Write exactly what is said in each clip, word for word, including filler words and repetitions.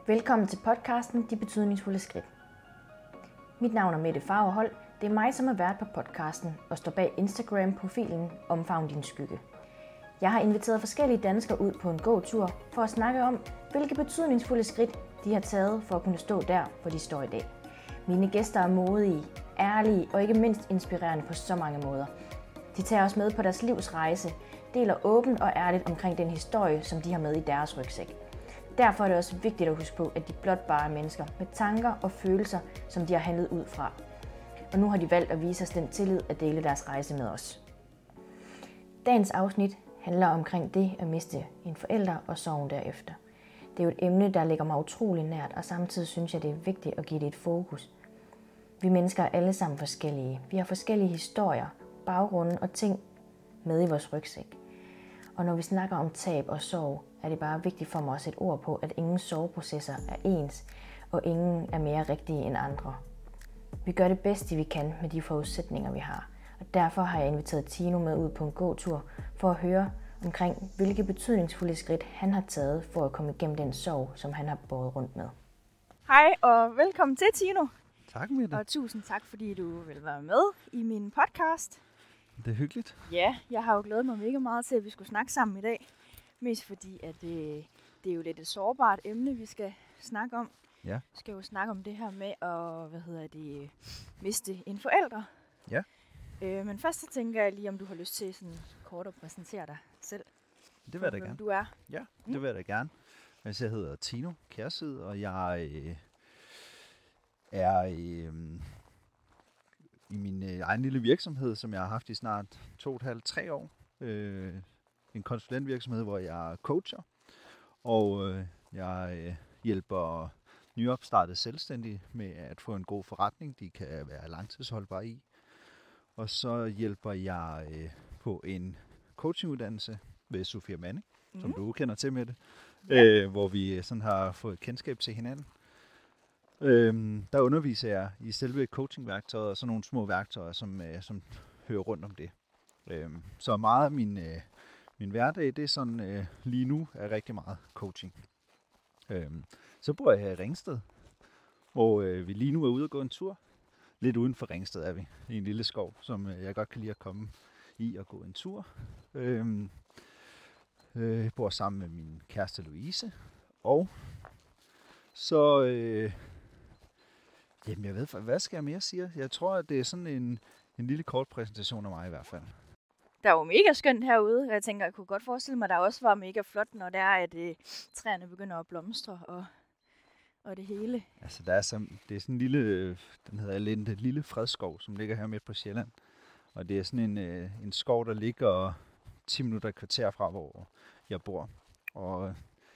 Velkommen til podcasten De Betydningsfulde Skridt. Mit navn er Mette Fagerhold. Det er mig, som er vært på podcasten og står bag Instagram-profilen Omfavn din skygge. Jeg har inviteret forskellige danskere ud på en gåtur for at snakke om, hvilke betydningsfulde skridt de har taget for at kunne stå der, hvor de står i dag. Mine gæster er modige, ærlige og ikke mindst inspirerende på så mange måder. De tager os med på deres livs rejse, deler åbent og ærligt omkring den historie, som de har med i deres rygsæk. Derfor er det også vigtigt at huske på, at de blot bare er mennesker med tanker og følelser, som de har handlet ud fra. Og nu har de valgt at vise os den tillid at dele deres rejse med os. Dagens afsnit handler omkring det at miste en forælder og sorgen derefter. Det er jo et emne, der ligger mig utrolig nært, og samtidig synes jeg, det er vigtigt at give det et fokus. Vi mennesker er alle sammen forskellige. Vi har forskellige historier, baggrunde og ting med i vores rygsæk. Og når vi snakker om tab og sorg, er det bare vigtigt for mig at sætte ord på, at ingen sorgprocesser er ens, og ingen er mere rigtige end andre. Vi gør det bedste, vi kan med de forudsætninger, vi har. Og derfor har jeg inviteret Tino med ud på en gåtur for at høre omkring, hvilke betydningsfulde skridt han har taget for at komme igennem den sorg, som han har båret rundt med. Hej og velkommen til, Tino. Tak, Mette. Og tusind tak, fordi du vil være med i min podcast. Det er hyggeligt. Ja, jeg har jo glædet mig mega meget til, at vi skulle snakke sammen i dag. Mest fordi, at det, det er jo lidt et sårbart emne, vi skal snakke om. Ja. Vi skal jo snakke om det her med at hvad hedder det, miste en forælder. Ja. Øh, men først så tænker jeg lige, om du har lyst til sådan kort at præsentere dig selv. Det vil jeg da hvem gerne. du er. Ja, det vil jeg da gerne. Altså, jeg hedder Tino Kjærsid, og jeg øh, er øh, i min øh, egen lille virksomhed, som jeg har haft i snart to og et halvt, tre år. Øh, en konsulentvirksomhed, hvor jeg coacher, og øh, jeg øh, hjælper nyopstartede selvstændige med at få en god forretning, de kan være langtidsholdbare i. Og så hjælper jeg øh, på en coachinguddannelse ved Sofia Manning, mm. som du kender til med det, ja. øh, hvor vi sådan har fået kendskab til hinanden. Øhm, der underviser jeg i selve coachingværktøjet og sådan nogle små værktøjer, som, øh, som hører rundt om det. Øhm, så meget af min, øh, min hverdag, det er sådan øh, lige nu er rigtig meget coaching. Øhm, så bor jeg her i Ringsted, hvor øh, vi lige nu er ude og gå en tur. Lidt uden for Ringsted er vi, i en lille skov, som øh, jeg godt kan lide at komme i og gå en tur. Øhm, øh, jeg bor sammen med min kæreste Louise, og så, øh, jamen jeg ved, hvad skal jeg mere sige? Jeg tror, at det er sådan en, en lille kort præsentation af mig i hvert fald. Der er jo mega skønt herude, og jeg tænker, jeg kunne godt forestille mig, at der også var mega flot, når det er, at øh, træerne begynder at blomstre og, og det hele. Altså, der er sådan, det er sådan en lille, den hedder Lente, lille fredskov, som ligger her midt på Sjælland. Og det er sådan en, øh, en skov, der ligger ti minutter et kvarter fra, hvor jeg bor. Og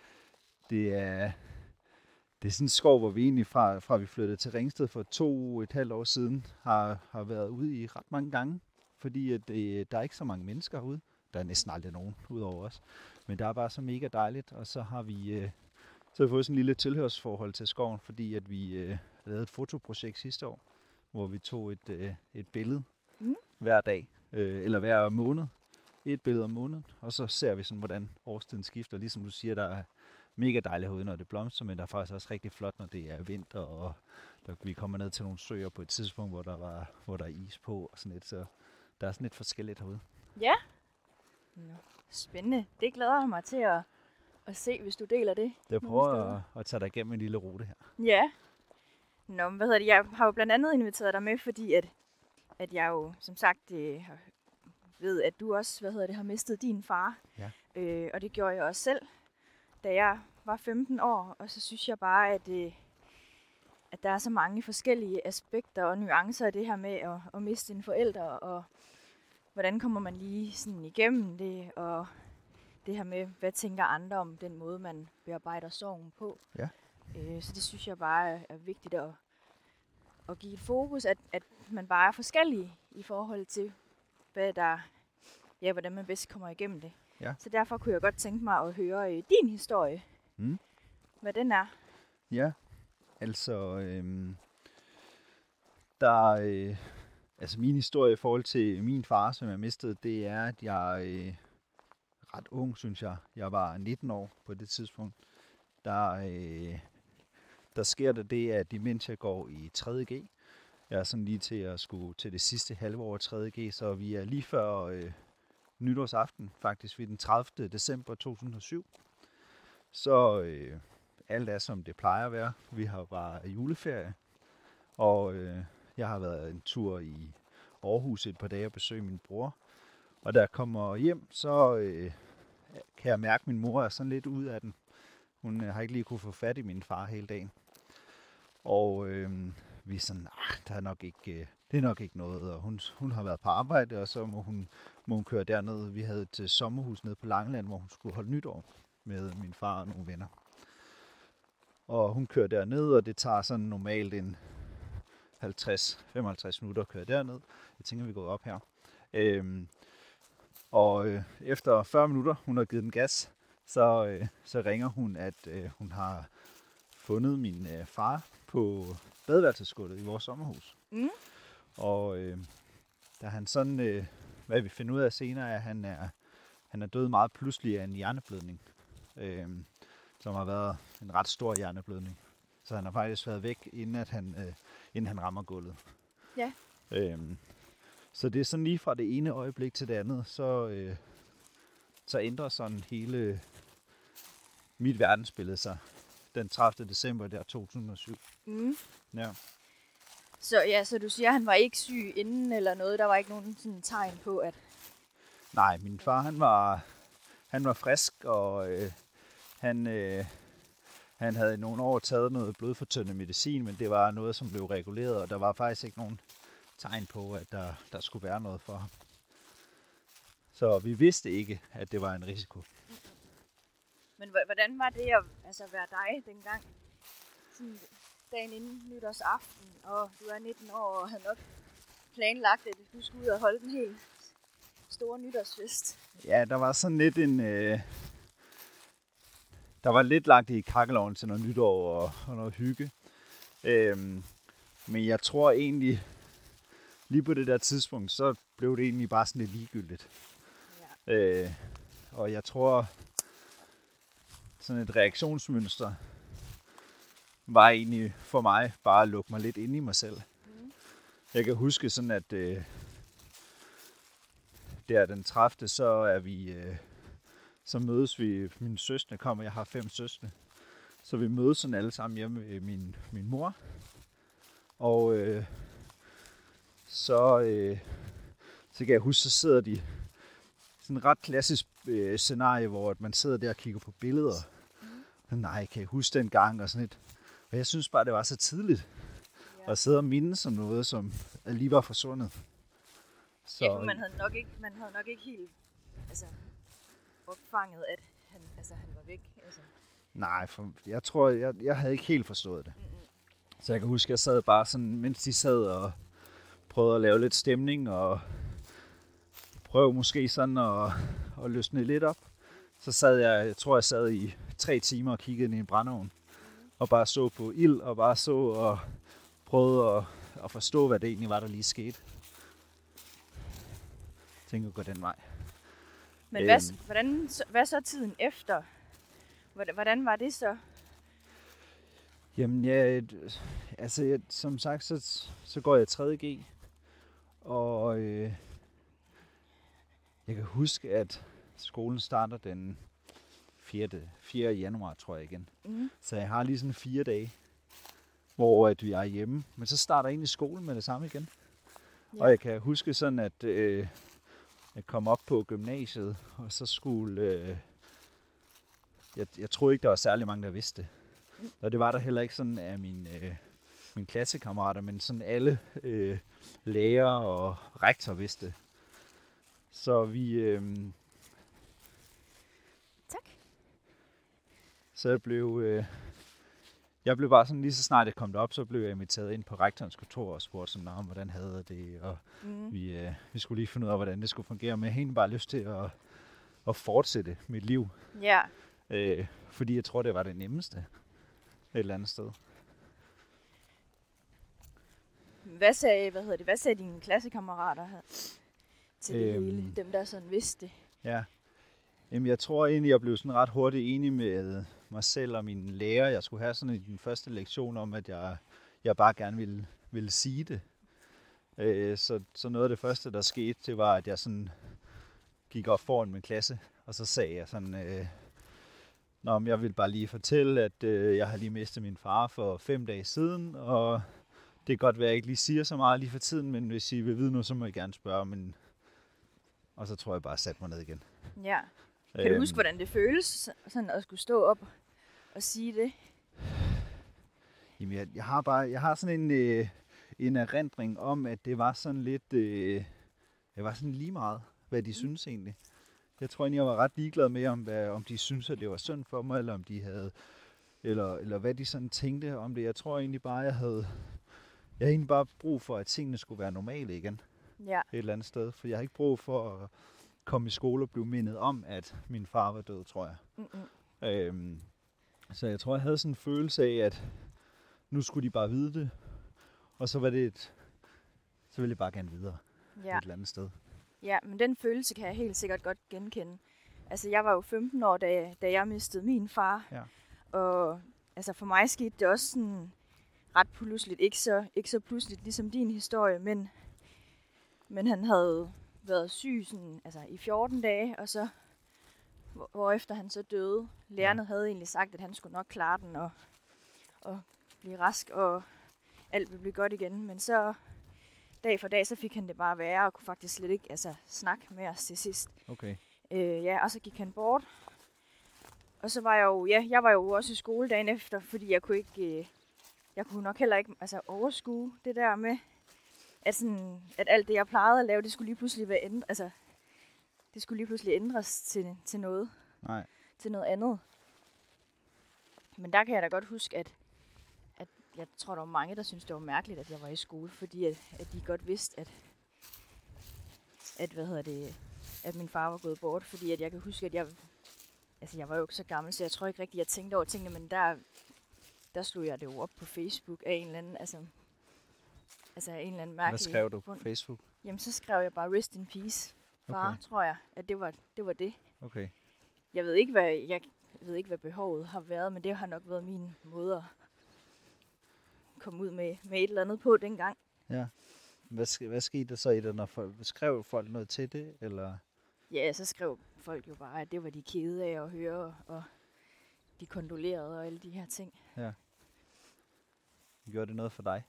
det er, det er sådan en skov, hvor vi egentlig fra, fra vi flyttede til Ringsted for to og et halvt år siden, har, har været ude i ret mange gange. Fordi at, øh, der er ikke så mange mennesker herude. Der er næsten aldrig nogen udover os. Men der er bare så mega dejligt. Og så har vi, øh, så har vi fået sådan en lille tilhørsforhold til skoven, fordi at vi øh, lavede et fotoprojekt sidste år, hvor vi tog et, øh, et billede mm. hver dag, øh, eller hver måned. Et billede om måneden. Og så ser vi sådan, hvordan årstiden skifter. Ligesom du siger, der er mega dejligt herude, når det blomstrer, men der er faktisk også rigtig flot, når det er vinter, og der, vi kommer ned til nogle søer på et tidspunkt, hvor der, var, hvor der er is på og sådan lidt, så der er sådan lidt forskelligt herude. Ja. Nå, spændende. Det glæder jeg mig til at, at se, hvis du deler det. Jeg prøver at, at tage dig igennem en lille rute her. Ja. Nå, hvad hedder det? Jeg har jo blandt andet inviteret dig med, fordi at, at jeg jo, som sagt, øh, ved, at du også, hvad hedder det, har mistet din far. Ja. Øh, og det gjorde jeg også selv, da jeg var femten år. Og så synes jeg bare, at, øh, at der er så mange forskellige aspekter og nuancer af det her med at, at miste en forælder, og hvordan kommer man lige sådan igennem det, og det her med, hvad tænker andre om den måde, man bearbejder sorgen på. Ja. Øh, så det synes jeg bare er, er vigtigt at, at give et fokus, at, at man bare er forskellig i forhold til, hvad der, ja, hvordan man bedst kommer igennem det. Ja. Så derfor kunne jeg godt tænke mig at høre øh, din historie, Mm. hvad den er. Ja, altså, øhm, der øh, altså min historie i forhold til min far, som jeg mistede, det er, at jeg øh, ret ung, synes jeg. Jeg var nitten år på det tidspunkt. Der øh, der sker der det, at imens jeg går i tredje G, jeg er sådan lige til at skulle til det sidste halve år tredje G, så vi er lige før øh, nytårsaften, faktisk ved den tredivte december to tusind og syv. Så øh, alt er, som det plejer at være. Vi har bare juleferie, og øh, jeg har været en tur i Aarhus et par dage og besøge min bror. Og da jeg kommer hjem, så øh, kan jeg mærke, at min mor er sådan lidt ud af den. Hun øh, har ikke lige kunne få fat i min far hele dagen. Og øh, vi er sådan, ah, der er nok ikke, øh, det er nok ikke noget. Og hun, hun har været på arbejde, og så må hun, må hun køre derned. Vi havde et sommerhus nede på Langeland, hvor hun skulle holde nytår med min far og nogle venner. Og hun kører derned, og det tager sådan normalt en halvtreds til femoghalvtreds minutter at køre derned. Jeg tænker, vi går op her. Øhm, og øh, efter fyrre minutter, hun har givet den gas, så, øh, så ringer hun, at øh, hun har fundet min øh, far på badeværelsesgulvet i vores sommerhus. Mm. Og øh, da han sådan, øh, hvad vi finder ud af senere, er, at han er, han er død meget pludselig af en hjerneblødning, øh, som har været en ret stor hjerneblødning. Så han har faktisk været væk, inden, at han, øh, inden han rammer gulvet. Ja. Øhm, så det er sådan lige fra det ene øjeblik til det andet, så, øh, så ændrer sådan hele mit verdensbillede sig den tredivte december der to tusind og syv. Mm. Ja. Så ja, så du siger, at han var ikke syg inden eller noget? Der var ikke nogen sådan tegn på, at... Nej, min far han var, han var frisk, og øh, han... Øh, Han havde i nogle år taget noget blodfortyndende medicin, men det var noget, som blev reguleret, og der var faktisk ikke nogen tegn på, at der, der skulle være noget for ham. Så vi vidste ikke, at det var en risiko. Men hvordan var det at altså, være dig dengang? Sådan dagen inden nytårsaften, og du er nitten år og havde nok planlagt, at du skulle ud og holde den helt store nytårsfest. Ja, der var sådan lidt en... Øh Der var lidt lagt i kakkelovnen til noget nytår og, og noget hygge. Øhm, men jeg tror egentlig, lige på det der tidspunkt, så blev det egentlig bare sådan lidt ligegyldigt. Ja. Øh, og jeg tror, sådan et reaktionsmønster var egentlig for mig bare at lukke mig lidt ind i mig selv. Mm. Jeg kan huske sådan, at øh, der den tredivte så er vi... Øh, Så mødes vi, mine søstre kommer, jeg har fem søstre, så vi mødes sådan alle sammen hjemme med min, min mor. Og øh, så, øh, så kan jeg huske, så sidder de, sådan et ret klassisk øh, scenarie, hvor man sidder der og kigger på billeder. Mm. Nej, kan jeg huske den gang og sådan et. Og jeg synes bare, det var så tidligt ja. At sidde og minde som noget, som lige var forsvundet. Så ja, man havde nok ikke, man havde nok ikke helt, altså... opfanget, at han, altså, han var væk. Altså. Nej, for jeg tror, jeg, jeg havde ikke helt forstået det. Mm-hmm. Så jeg kan huske, jeg sad bare sådan, mens de sad og prøvede at lave lidt stemning, og prøve måske sådan at, at løsne lidt op. Så sad jeg, jeg tror, jeg sad i tre timer og kiggede ind i en brændeovn, mm-hmm. og bare så på ild, og bare så og prøvede at, at forstå, hvad det egentlig var, der lige skete. Jeg tænkte at gå den vej. Men hvad, øhm, hvordan, hvad så tiden efter? Hvordan var det så? Jamen, ja, altså, jeg, som sagt, så, så går jeg i tredje G. Og øh, jeg kan huske, at skolen starter den fjerde januar, tror jeg igen. Mm. Så jeg har lige sådan fire dage, hvor at vi er hjemme. Men så starter jeg egentlig skolen med det samme igen. Ja. Og jeg kan huske sådan, at... Øh, Jeg kom op på gymnasiet, og så skulle... Øh, jeg, jeg tror ikke, der var særlig mange, der vidste det. Og det var der heller ikke sådan af mine, øh, mine klassekammerater, men sådan alle øh, lærer og rektor vidste. Så vi... Øh, tak. Så jeg blev... Øh, jeg blev bare sådan, lige så snart jeg kom derop, så blev jeg inviteret ind på rektorens kontor og spurgte sådan om, hvordan havde det, og mm. vi, øh, vi skulle lige finde ud af, hvordan det skulle fungere. Men jeg havde egentlig bare lyst til at, at fortsætte mit liv. Ja. Øh, fordi jeg tror, det var det nemmeste et eller andet sted. Hvad sagde, hvad hedder det, hvad sagde dine klassekammerater til det øhm, hele? Dem, der sådan vidste det? Ja. Jamen, jeg tror egentlig, jeg blev sådan ret hurtigt enig med, mig selv og mine lærer. Jeg skulle have sådan en den første lektion om, at jeg, jeg bare gerne ville, ville sige det. Øh, så, så noget af det første, der skete, det var, at jeg sådan gik op foran min klasse, og så sagde jeg sådan, øh, Nå, men jeg vil bare lige fortælle, at øh, jeg har lige mistet min far for fem dage siden, og det kan godt være, at jeg ikke lige siger så meget lige for tiden, men hvis I vil vide noget, så må I gerne spørge. Men... Og så tror jeg bare, at jeg satte mig ned igen. Ja. Kan øhm, du huske, hvordan det føles sådan at skulle stå op og sige det? Jamen, jeg, jeg har bare, jeg har sådan en, øh, en erindring om, at det var sådan lidt, øh, det var sådan lige meget, hvad de mm. synes egentlig. Jeg tror egentlig, jeg var ret ligeglad med, om, hvad, om de synes, at det var synd for mig, eller om de havde, eller, eller hvad de sådan tænkte om det. Jeg tror egentlig bare, jeg havde, jeg havde egentlig bare brug for, at tingene skulle være normale igen. Ja. Et eller andet sted. For jeg har ikke brug for at komme i skole og blive mindet om, at min far var død, tror jeg. Mm-hmm. Øhm, så jeg tror, jeg havde sådan en følelse af, at nu skulle de bare vide det. Og så var det et, så ville jeg bare gerne videre. Ja. Et eller andet sted. Ja, men den følelse kan jeg helt sikkert godt genkende. Altså, jeg var jo femten år, da, da jeg mistede min far. Ja. Og altså, for mig skete det også sådan ret pludseligt. Ikke så, ikke så pludseligt ligesom din historie, men, men han havde været syg sådan, altså, i fjorten dage, og så hvor, hvorefter han så døde. Lærerne ja. havde egentlig sagt, at han skulle nok klare den og, og blive rask, og alt ville blive godt igen. Men så dag for dag, så fik han det bare værre, og kunne faktisk slet ikke altså, snakke med os til sidst. Okay. Øh, ja, og så gik han bort. Og så var jeg jo, ja, jeg var jo også i skole dagen efter, fordi jeg kunne ikke, øh, jeg kunne nok heller ikke altså, overskue det der med, at, sådan, at alt det, jeg plejede at lave, det skulle lige pludselig være ændret, altså, det skulle lige pludselig ændres til, til noget. Nej. Til noget andet. Men der kan jeg da godt huske, at jeg tror, der var mange, der syntes, det var mærkeligt, at jeg var i skole, fordi at, at de godt vidste, at, at, hvad hedder det, at min far var gået bort, fordi at jeg kan huske, at jeg, altså jeg var jo ikke så gammel, så jeg tror ikke rigtigt, jeg tænkte over tingene, men der, der slog jeg det jo op på Facebook af en eller anden, altså, altså en eller anden mærkelig. Hvad skrev du på Facebook? Jamen, så skrev jeg bare rest in peace, far, okay. tror jeg, at det var det. Var det. Okay. Jeg ved ikke, hvad, jeg ved ikke, hvad behovet har været, men det har nok været min måde at komme ud med, med et eller andet på dengang. Ja. Hvad, hvad skete der så i det, når folk, skrev folk noget til det, eller? Ja, så skrev folk jo bare, at det var de kede af at høre, og de kondolerede og alle de her ting. Ja. Gjorde det noget for dig?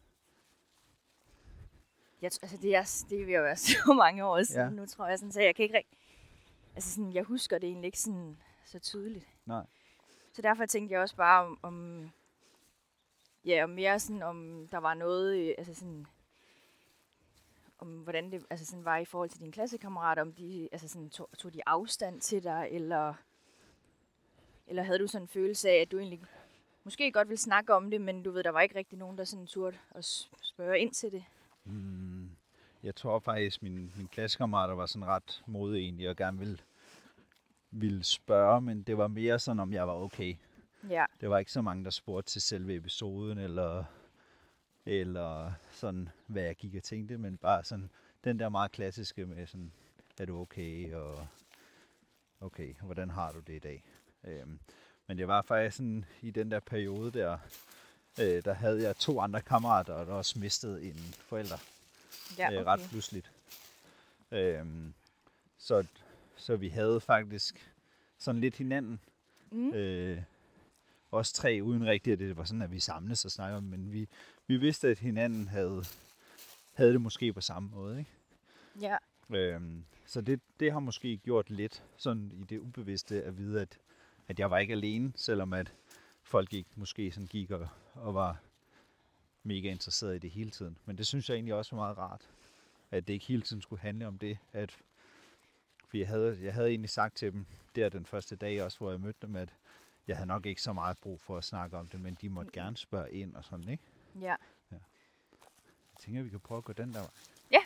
Jeg, altså det er, det vil jo være så mange år siden, ja. Nu tror jeg sådan, så jeg kan ikke rigtig, altså sådan, jeg husker det egentlig ikke sådan så tydeligt. Nej. Så derfor tænkte jeg også bare om, om ja, og mere sådan, om der var noget, altså sådan, om hvordan det altså sådan var i forhold til dine klassekammerater, om de altså sådan tog, tog de afstand til dig, eller, eller havde du sådan en følelse af, at du egentlig måske godt ville snakke om det, men du ved, der var ikke rigtig nogen, der sådan turde at spørge ind til det? Mm, jeg tror faktisk, mine, mine klassekammerater var sådan ret modige egentlig, og gerne ville, ville spørge, men det var mere sådan, om jeg var okay. Ja. Det var ikke så mange, der spurgte til selve episoden, eller, eller sådan, hvad jeg gik og tænkte, men bare sådan, den der meget klassiske med sådan, er du okay, og okay, hvordan har du det i dag? Øhm, men det var faktisk sådan, i den der periode der, øh, der havde jeg to andre kammerater, der også mistede en forælder. Ja, okay. øh, ret pludseligt. Øhm, så, så vi havde faktisk sådan lidt hinanden. Mm. Øh, Os tre, uden rigtigt, at det var sådan, at vi samledes og snakkede om, men vi, vi vidste, at hinanden havde, havde det måske på samme måde, ikke? Ja. Øhm, så det, det har måske gjort lidt sådan i det ubevidste at vide, at, at jeg var ikke alene, selvom at folk ikke måske sådan gik og, og var mega interesseret i det hele tiden. Men det synes jeg egentlig også var meget rart, at det ikke hele tiden skulle handle om det, at for jeg havde, jeg havde egentlig sagt til dem der den første dag også, hvor jeg mødte dem, at jeg havde nok ikke så meget brug for at snakke om det, men de måtte gerne spørge ind og sådan, ikke? Ja. Ja. Jeg tænker, vi kan prøve at gå den der vej. Ja.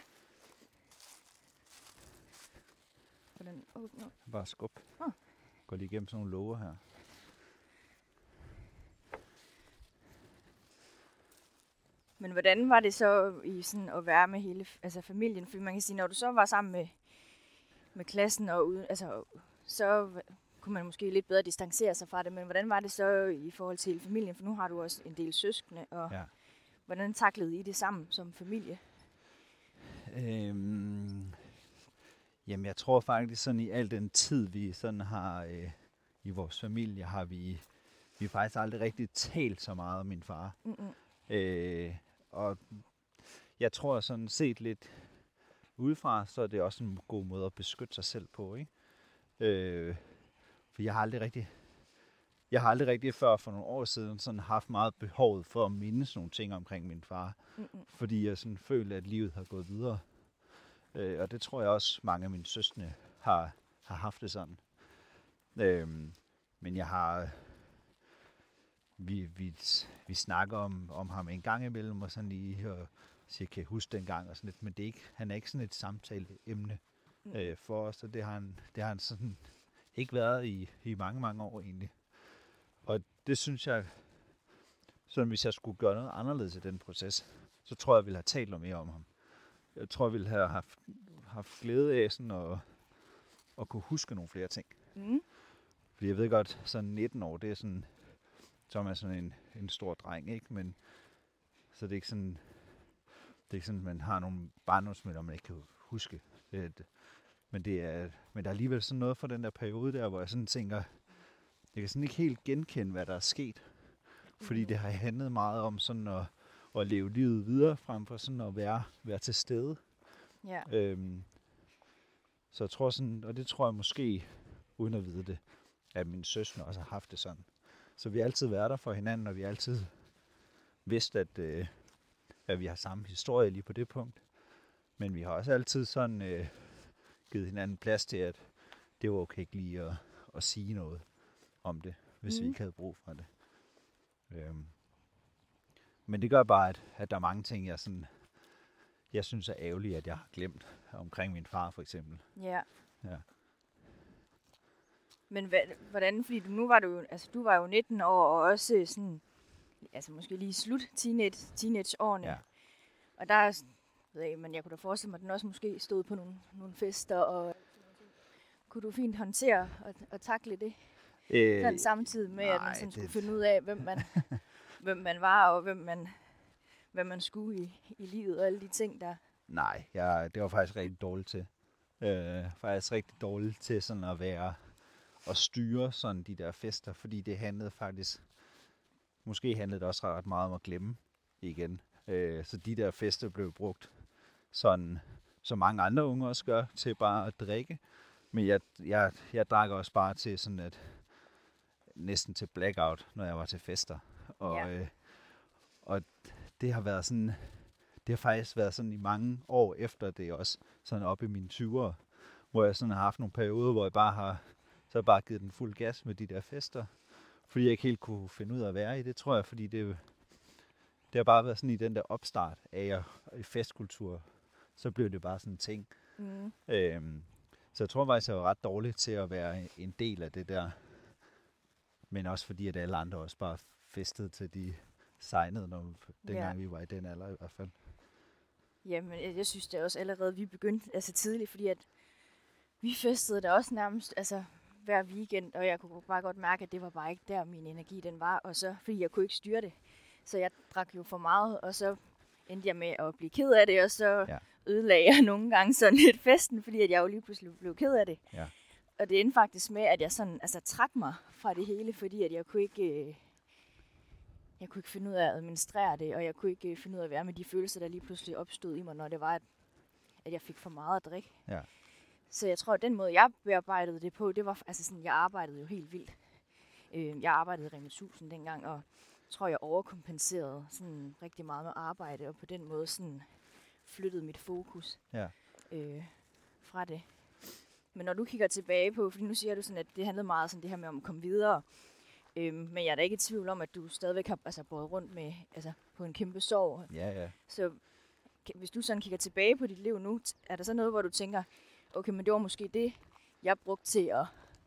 Hvordan? Oh, no. Bare skub. Oh. Gå lige igennem sådan nogle låger her. Men hvordan var det så i sådan at være med hele altså familien? For man kan sige, når du så var sammen med, med klassen og uden, altså så kunne kunne man måske lidt bedre distancere sig fra det, men hvordan var det så i forhold til familien? For nu har du også en del søskende, og ja. Hvordan taklede I det sammen som familie? Øhm, jamen, jeg tror faktisk sådan i al den tid, vi sådan har øh, i vores familie, har vi, vi faktisk aldrig rigtig talt så meget om min far. Mm-hmm. Øh, og jeg tror sådan set lidt udefra, så er det også en god måde at beskytte sig selv på, ikke? Øh, for jeg har aldrig rigtig, jeg har aldrig rigtig før for nogle år siden sådan haft meget behovet for at mindes nogle ting omkring min far, mm-hmm. fordi jeg sådan følte, at livet har gået videre. Øh, og det tror jeg også mange af mine søskende har, har haft det sådan. Øh, men jeg har, vi, vi, vi snakker om, om ham en gang imellem, og sådan lige, og siger, kan jeg huske den gang, og sådan lidt, men det er ikke, han er ikke sådan et samtaleemne mm. øh, for os, og det har han, det har han sådan ikke været i, i mange, mange år egentlig. Og det synes jeg, sådan hvis jeg skulle gøre noget anderledes i den proces, så tror jeg, jeg ville have talt noget mere om ham. Jeg tror, jeg ville have haft, haft glæde af sådan at, at kunne huske nogle flere ting. Mm. Fordi jeg ved godt, sådan nitten år, det er sådan, så er man sådan en, en stor dreng, ikke? Men så det er ikke sådan, det er ikke sådan, at man har nogle barndomsminder, man ikke kan huske. Det, det, men, det er, men der er alligevel sådan noget fra den der periode der, hvor jeg sådan tænker, jeg kan sådan ikke helt genkende, hvad der er sket. Fordi det har handlet meget om sådan at, at leve livet videre, frem for sådan at være, være til stede. Ja. Øhm, så jeg tror sådan, og det tror jeg måske, uden at vide det, at mine søskende også har haft det sådan. Så vi har altid været der for hinanden, og vi har altid vidst, at, øh, at vi har samme historie lige på det punkt. Men vi har også altid sådan øh, givet hinanden plads til, at det var okay ikke lige at, at sige noget om det, hvis mm. vi ikke havde brug for det. Øhm. Men det gør bare, at, at der er mange ting, jeg, sådan, jeg synes er ærgerlige, at jeg har glemt omkring min far for eksempel. Ja. Ja. Men hvad, hvordan, fordi du, nu var du, altså du var jo nitten år, og også sådan, altså måske lige slut teenage, teenageårene. Ja. Og der, ved jeg, men jeg kunne da forestille mig, at den også måske stod på nogle, nogle fester, og kunne du fint håndtere og, og takle det? Øh, sådan samtidig med, nej, at man sådan skulle det... finde ud af, hvem man, hvem man var, og hvem man, hvem man skulle i, i livet, og alle de ting der. Nej, jeg, det var faktisk rigtig dårligt til. Øh, faktisk rigtig dårligt til sådan at være og styre sådan de der fester, fordi det handlede faktisk, måske handlede det også ret meget om at glemme igen. Øh, så de der fester blev brugt sådan, som mange andre unge også gør, til bare at drikke. Men jeg, jeg, jeg drak også bare til sådan at næsten til blackout, når jeg var til fester. Og, ja. øh, og det har været sådan, det har faktisk været sådan i mange år efter det også, sådan op i mine tyvere, hvor jeg sådan har haft nogle perioder, hvor jeg bare har, så har bare givet den fuld gas med de der fester, fordi jeg ikke helt kunne finde ud af at være i det, tror jeg, fordi det, det har bare været sådan i den der opstart af i festkultur, så blev det bare sådan en ting. Mm. Øhm, så jeg tror faktisk, jeg var ret dårlig til at være en del af det der, men også fordi, at alle andre også bare festede til de sejnede, når, dengang ja. vi var i den alder i hvert fald. Jamen, jeg, jeg synes det også allerede, vi begyndte altså tidligt, fordi at vi festede der også nærmest altså, hver weekend, og jeg kunne bare godt mærke, at det var bare ikke der, min energi den var, og så, fordi jeg kunne ikke styre det. Så jeg drak jo for meget, og så endte jeg med at blive ked af det, og så ja. ødelagde jeg nogle gange sådan lidt festen, fordi at jeg jo lige pludselig blev ked af det. Ja. Og det endte faktisk med, at jeg sådan, altså, trak mig fra det hele, fordi at jeg kunne ikke, øh, jeg kunne ikke finde ud af at administrere det, og jeg kunne ikke finde ud af at være med de følelser, der lige pludselig opstod i mig, når det var, at, at jeg fik for meget at drikke. Ja. Så jeg tror, at den måde, jeg bearbejdede det på, det var, altså sådan, jeg arbejdede jo helt vildt. Øh, jeg arbejdede i Rema tusind dengang, og tror, jeg overkompenserede sådan rigtig meget med arbejde, og på den måde sådan flyttede mit fokus ja. øh, fra det. Men når du kigger tilbage på, fordi nu siger du sådan, at det handlede meget sådan det her med at komme videre, øhm, men jeg er da ikke i tvivl om, at du stadigvæk har altså, båret rundt med, altså, på en kæmpe sorg. Ja, ja. Så hvis du sådan kigger tilbage på dit liv nu, er der så noget, hvor du tænker, okay, men det var måske det, jeg brugte til at,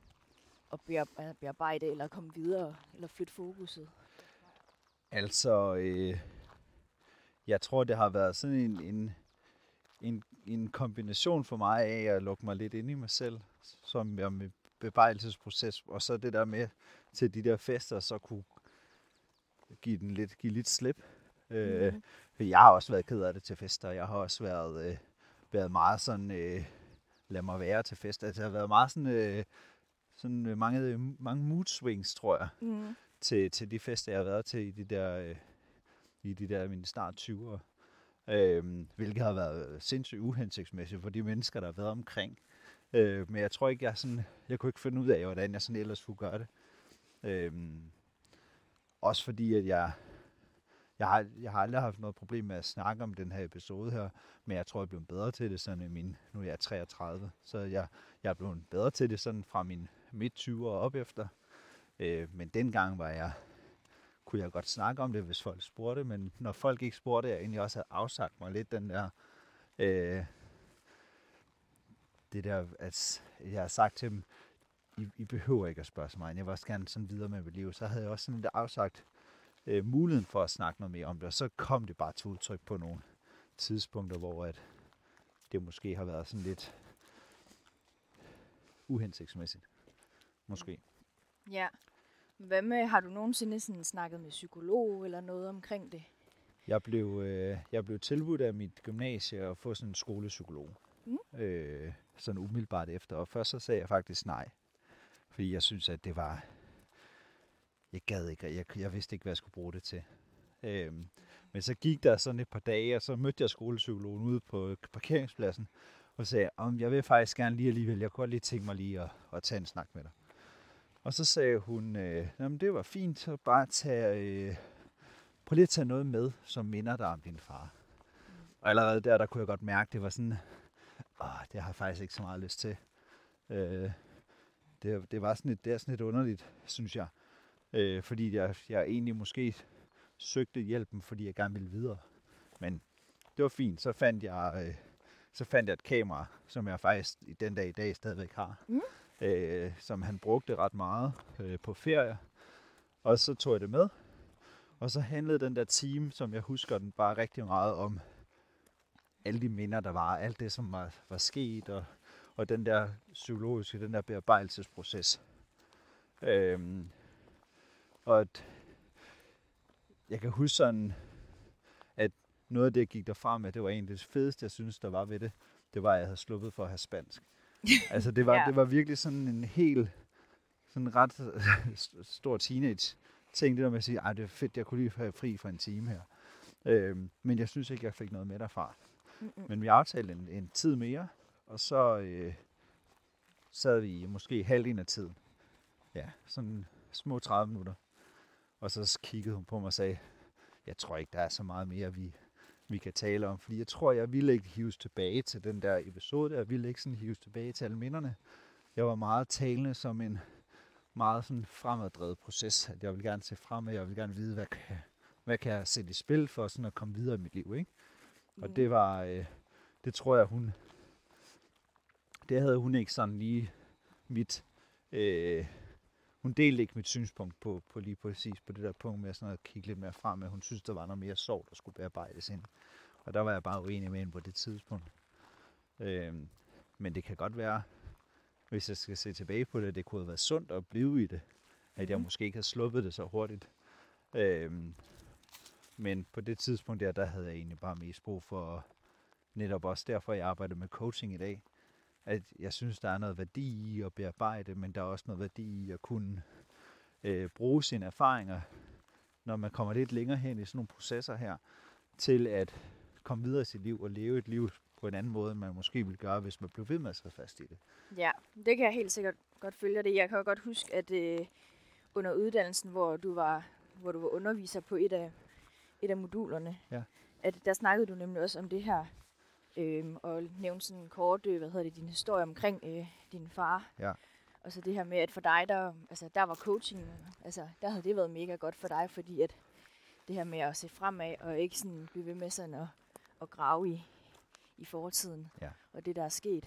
at bearbejde, eller komme videre, eller flytte fokuset? Altså, øh, jeg tror, det har været sådan en, en, en, en kombination for mig af at lukke mig lidt ind i mig selv, som jeg med bearbejdelses-proces, og så det der med til de der fester, så kunne give den lidt, give lidt slip. Øh, Mhm. jeg har også været ked af det til fester. Jeg har også været, øh, været meget sådan, øh, lad mig være til fester. Altså, jeg har været meget sådan, øh, sådan øh, mange, mange mood swings, tror jeg, Mm. til, til de fester, jeg har været til i de der, øh, i de der mine snart tyvere. Øh, hvilket har været sindssygt uhensigtsmæssigt for de mennesker, der har været omkring. Øh, men jeg tror ikke, jeg sådan, jeg kunne ikke finde ud af, hvordan jeg sådan ellers skulle gøre det. Øh, også fordi, at jeg Jeg har, jeg har aldrig haft noget problem med at snakke om den her episode her, men jeg tror, jeg er blevet bedre til det sådan i min, nu er jeg treogtredive, så jeg, jeg er blevet bedre til det sådan fra min midt tyverne og op efter. Øh, men dengang var jeg, kunne jeg godt snakke om det, hvis folk spurgte, men når folk ikke spurgte, jeg egentlig også havde afsagt mig lidt den der, øh, det der, at jeg har sagt til dem, I, I behøver ikke at spørge så meget, jeg vil også gerne sådan videre med mit liv, så havde jeg også sådan lidt afsagt Øh, muligheden for at snakke noget mere om det, og så kom det bare til udtryk på nogle tidspunkter, hvor at det måske har været sådan lidt uhensigtsmæssigt. Måske. Ja. Hvad med, har du nogensinde sådan snakket med psykolog eller noget omkring det? Jeg blev, øh, jeg blev tilbudt af mit gymnasie at få sådan en skolepsykolog. Mm. Øh, sådan umiddelbart efter, og først så sagde jeg faktisk nej, fordi jeg synes, at det var Jeg gad ikke, jeg, jeg vidste ikke, hvad jeg skulle bruge det til. Øhm, men så gik der sådan et par dage, og så mødte jeg skolepsykologen ude på parkeringspladsen, og sagde, om jeg vil faktisk gerne lige alligevel, jeg kunne godt lige tænke mig lige at, at tage en snak med dig. Og så sagde hun, øh, jamen det var fint, så bare tage, øh, prøv lige at tage noget med, som minder dig om din far. Og allerede der, der kunne jeg godt mærke, det var sådan, åh, det har jeg faktisk ikke så meget lyst til. Øh, det, det var sådan et, det er sådan lidt underligt, synes jeg. Øh, fordi jeg, jeg egentlig måske søgte hjælpen, fordi jeg gerne ville videre. Men det var fint. Så fandt jeg, øh, så fandt jeg et kamera, som jeg faktisk i den dag i dag stadigvæk har. Mm. Øh, som han brugte ret meget øh, på ferie. Og så tog jeg det med. Og så handlede den der time, som jeg husker den, bare rigtig meget om alle de minder, der var. Alt det, som var, var sket. Og, og den der psykologiske, den der bearbejdelsesproces. Øh, Og at jeg kan huske sådan, at noget af det, jeg gik derfra med, det var egentlig det fedeste, jeg synes, der var ved det. Det var, at jeg havde sluppet for at have spansk. Altså, det var, Ja. det var virkelig sådan en helt, sådan ret stor teenage ting, det der med at sige, ej, det er fedt, jeg kunne lige have fri for en time her. Øhm, men jeg synes ikke, jeg fik noget med derfra. Mm-mm. Men vi aftalte en, en tid mere, og så øh, sad vi måske halvdelen af tiden. Ja, sådan små tredive minutter. Og så kiggede hun på mig og sagde, jeg tror ikke, der er så meget mere, vi, vi kan tale om. Fordi jeg tror, jeg ville ikke hives tilbage til den der episode. Jeg ville ikke sådan hives tilbage til alle minderne. Jeg var meget talende som en meget sådan fremaddrevet proces. At jeg vil gerne se fremad, jeg vil gerne vide, hvad kan, hvad kan jeg sætte i spil for sådan at komme videre i mit liv. Ikke? Og Mm. det var, øh, det tror jeg, hun, det havde hun ikke sådan lige mit... Øh, Hun delte ikke mit synspunkt på, på lige præcis på det der punkt med sådan at kigge lidt mere frem med. Hun synes, der var noget mere sorg, der skulle bearbejdes ind. Og der var jeg bare uenig med hende på det tidspunkt. Øhm, men det kan godt være, hvis jeg skal se tilbage på det, det kunne have været sundt at blive i det. At jeg Mhm. måske ikke havde sluppet det så hurtigt. Øhm, men på det tidspunkt der, der havde jeg egentlig bare mest brug for, netop også derfor jeg arbejder med coaching i dag, at jeg synes, der er noget værdi i at bearbejde, men der er også noget værdi i at kunne øh, bruge sine erfaringer, når man kommer lidt længere hen i sådan nogle processer her, til at komme videre i sit liv og leve et liv på en anden måde, end man måske ville gøre, hvis man blev ved med at sidde fast i det. Ja, det kan jeg helt sikkert godt følge det. Jeg kan jo godt huske, at øh, under uddannelsen, hvor du var, hvor du var underviser på et af, et af modulerne, Ja. at der snakkede du nemlig også om det her, øh, og nævnte sådan kort, øh, hvad hedder det, din historie omkring øh, din far. Ja. Og så det her med, at for dig, der, altså, der var coaching, altså der havde det været mega godt for dig, fordi at det her med at se fremad, og ikke sådan blive ved med sådan at, at grave i, i fortiden, Ja. og det der er sket.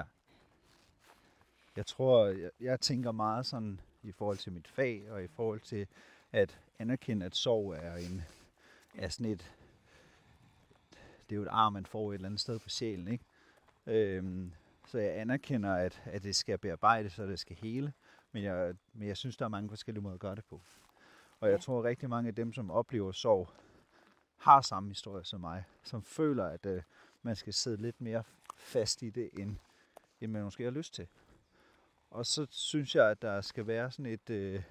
Jeg tror, jeg, jeg tænker meget sådan i forhold til mit fag, og i forhold til at anerkende, at sorg er, en, er sådan et, det er jo et ar, man får et eller andet sted på sjælen, ikke? Øhm, så jeg anerkender, at, at det skal bearbejdes, og det skal hele. Men jeg, men jeg synes, der er mange forskellige måder at gøre det på. Og jeg Ja. tror, at rigtig mange af dem, som oplever sorg, har samme historie som mig. Som føler, at øh, man skal sidde lidt mere fast i det, end, end man måske har lyst til. Og så synes jeg, at der skal være sådan et... Øh,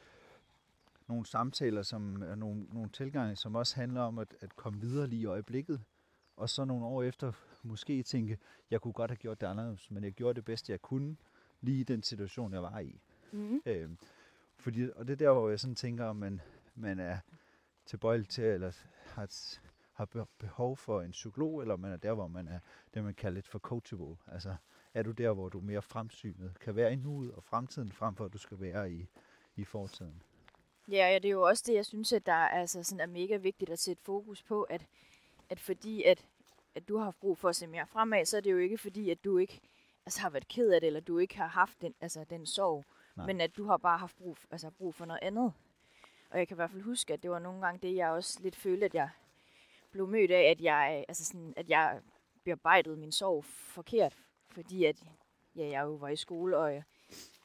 nogle samtaler, som er nogle, nogle tilgange, som også handler om at, at komme videre lige i øjeblikket. Og så nogle år efter måske tænke, jeg kunne godt have gjort det anderledes, men jeg gjorde det bedste, jeg kunne, lige i den situation, jeg var i. Mm. Øhm, fordi, og det er der, hvor jeg sådan tænker, om man, man er tilbøjelig til, eller har, et, har behov for en psykolog, eller man er der, hvor man er det, man kalder lidt for coachable. Altså, er du der, hvor du er mere fremsynet, kan være i nuet og fremtiden, frem for at du skal være i, i fortiden. Ja, ja, det er jo også det, jeg synes, at der altså, sådan er mega vigtigt at sætte fokus på, at, at fordi at, at du har haft brug for at se mere fremad, så er det jo ikke fordi, at du ikke altså, har været ked af det, eller du ikke har haft den, altså, den sorg, Nej. Men at du har bare haft brug, altså, brug for noget andet. Og jeg kan i hvert fald huske, at det var nogle gange det, jeg også lidt følte, at jeg blev mødt af, at jeg, altså sådan, at jeg bearbejdede min sorg forkert, fordi at ja, jeg jo var i skole, og jeg,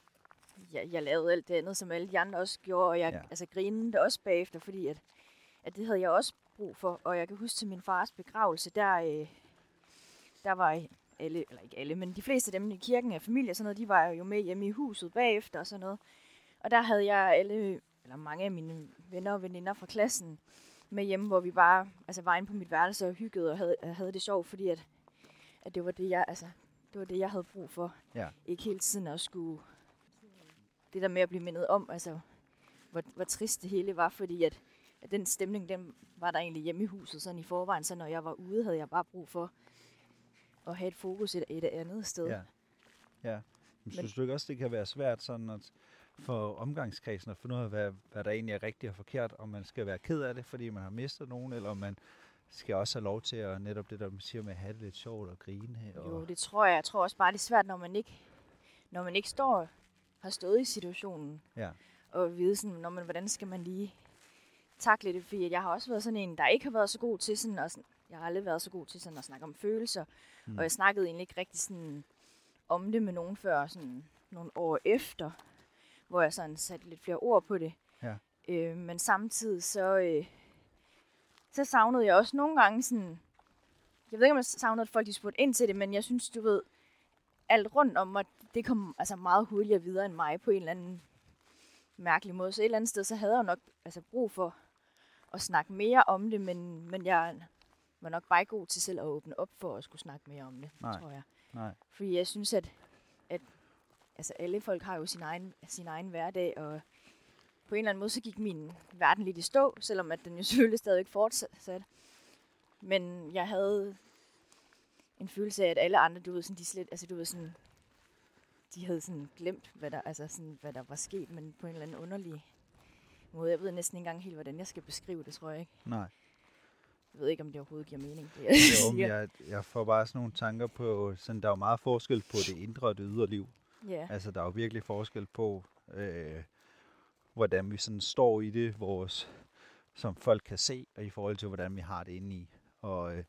jeg, jeg lavede alt det andet, som alle de andre også gjorde, og jeg ja. altså, grinede også bagefter, fordi at, at det havde jeg også brug for. Og jeg kan huske til min fars begravelse, der, øh, der var alle, eller ikke alle, men de fleste af dem i kirken af familie, sådan noget, de var jo med hjemme i huset bagefter og sådan noget. Og der havde jeg alle, eller mange af mine venner og veninder fra klassen med hjemme, hvor vi bare altså, var inde på mit værelse og hyggede og havde, havde det sjovt, fordi at, at det var det, jeg, altså, det var det, jeg havde brug for. Ja. Ikke hele tiden at skulle... Det der med at blive mindet om, altså, hvor, hvor trist det hele var, fordi at, at den stemning, den var der egentlig hjemme i huset, sådan i forvejen, så når jeg var ude, havde jeg bare brug for at have et fokus et, et andet sted. Ja, ja. Men synes du ikke også, det kan være svært sådan at for omgangskredsen at finde ud af, hvad, hvad der egentlig er rigtigt og forkert, om man skal være ked af det, fordi man har mistet nogen, eller om man skal også have lov til at netop det, der man siger med at have det lidt sjovt og grine. Og... Jo, det tror jeg. Jeg tror også bare, det er svært, når man ikke, når man ikke står, har stået i situationen, ja. Og vide sådan, når man, hvordan skal man lige takle det, fordi jeg har også været sådan en, der ikke har været så god til sådan, og sådan, jeg har aldrig været så god til sådan at snakke om følelser, mm. og jeg snakkede egentlig ikke rigtig sådan om det med nogen før, sådan nogle år efter, hvor jeg sådan satte lidt flere ord på det. Ja. Øh, men samtidig så, øh, så savnede jeg også nogle gange sådan, jeg ved ikke, om jeg savnede, at folk de spurgte ind til det, men jeg synes, du ved, alt rundt om mig, det kom altså meget hurtigere videre end mig på en eller anden mærkelig måde. Så et eller andet sted, så havde jeg nok altså, brug for at snakke mere om det, men, men jeg var nok bare ikke god til selv at åbne op for at skulle snakke mere om det, Nej. tror jeg. Nej. Fordi jeg synes, at, at altså, alle folk har jo sin egen, sin egen hverdag, og på en eller anden måde, så gik min verden lidt i stå, selvom at den jo selvfølgelig stadig ikke fortsatte. Men jeg havde en følelse af, at alle andre, du ved, sådan, de slet, altså du ved, sådan, de havde sådan glemt, hvad der, altså sådan, hvad der var sket, men på en eller anden underlig måde. Jeg ved næsten ikke engang helt, hvordan jeg skal beskrive det, tror jeg ikke. Nej. Jeg ved ikke, om det overhovedet giver mening. Det, jo, jeg, jeg får bare sådan nogle tanker på, sådan, der er jo meget forskel på det indre og det ydre liv. Yeah. Altså, der er jo virkelig forskel på, øh, hvordan vi sådan står i det, vores, som folk kan se, og i forhold til, hvordan vi har det inde i. Og øh,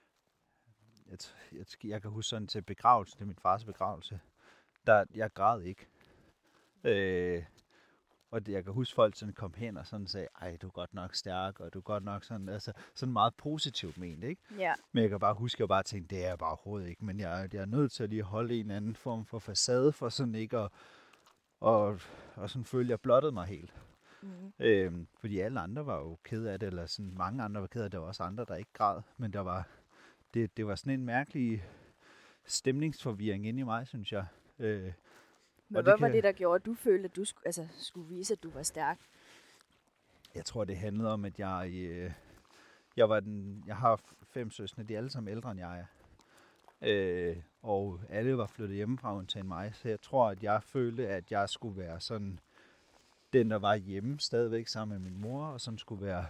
jeg, jeg, jeg kan huske sådan til begravelse, til min fars begravelse, der, jeg græd ikke. Øh, og det, jeg kan huske folk sådan kom hen og sådan sagde, ej, du er godt nok stærk, og du er godt nok sådan, altså sådan meget positivt ment, ikke? Ja. Men jeg kan bare huske, at jeg bare tænkte, det er jeg bare overhovedet ikke, men jeg, jeg er nødt til at lige holde en anden form for facade, for sådan ikke at, og, og sådan føle, at jeg blottede mig helt. Mm. Øhm, fordi alle andre var jo ked af det, eller sådan mange andre var ked af det, der var også andre, der ikke græd, men der var, det, det var sådan en mærkelig stemningsforvirring inde i mig, synes jeg. Øh, Men hvad kan... var det, der gjorde, at du følte, at du sk- altså, skulle vise, at du var stærk? Jeg tror, det handlede om, at jeg, øh, jeg var den, jeg har fem søstre, de er alle sammen ældre end jeg er. Øh, og alle var flyttet hjemmefra undtagen mig, så jeg tror, at jeg følte, at jeg skulle være sådan den, der var hjemme stadigvæk sammen med min mor, og sådan skulle være,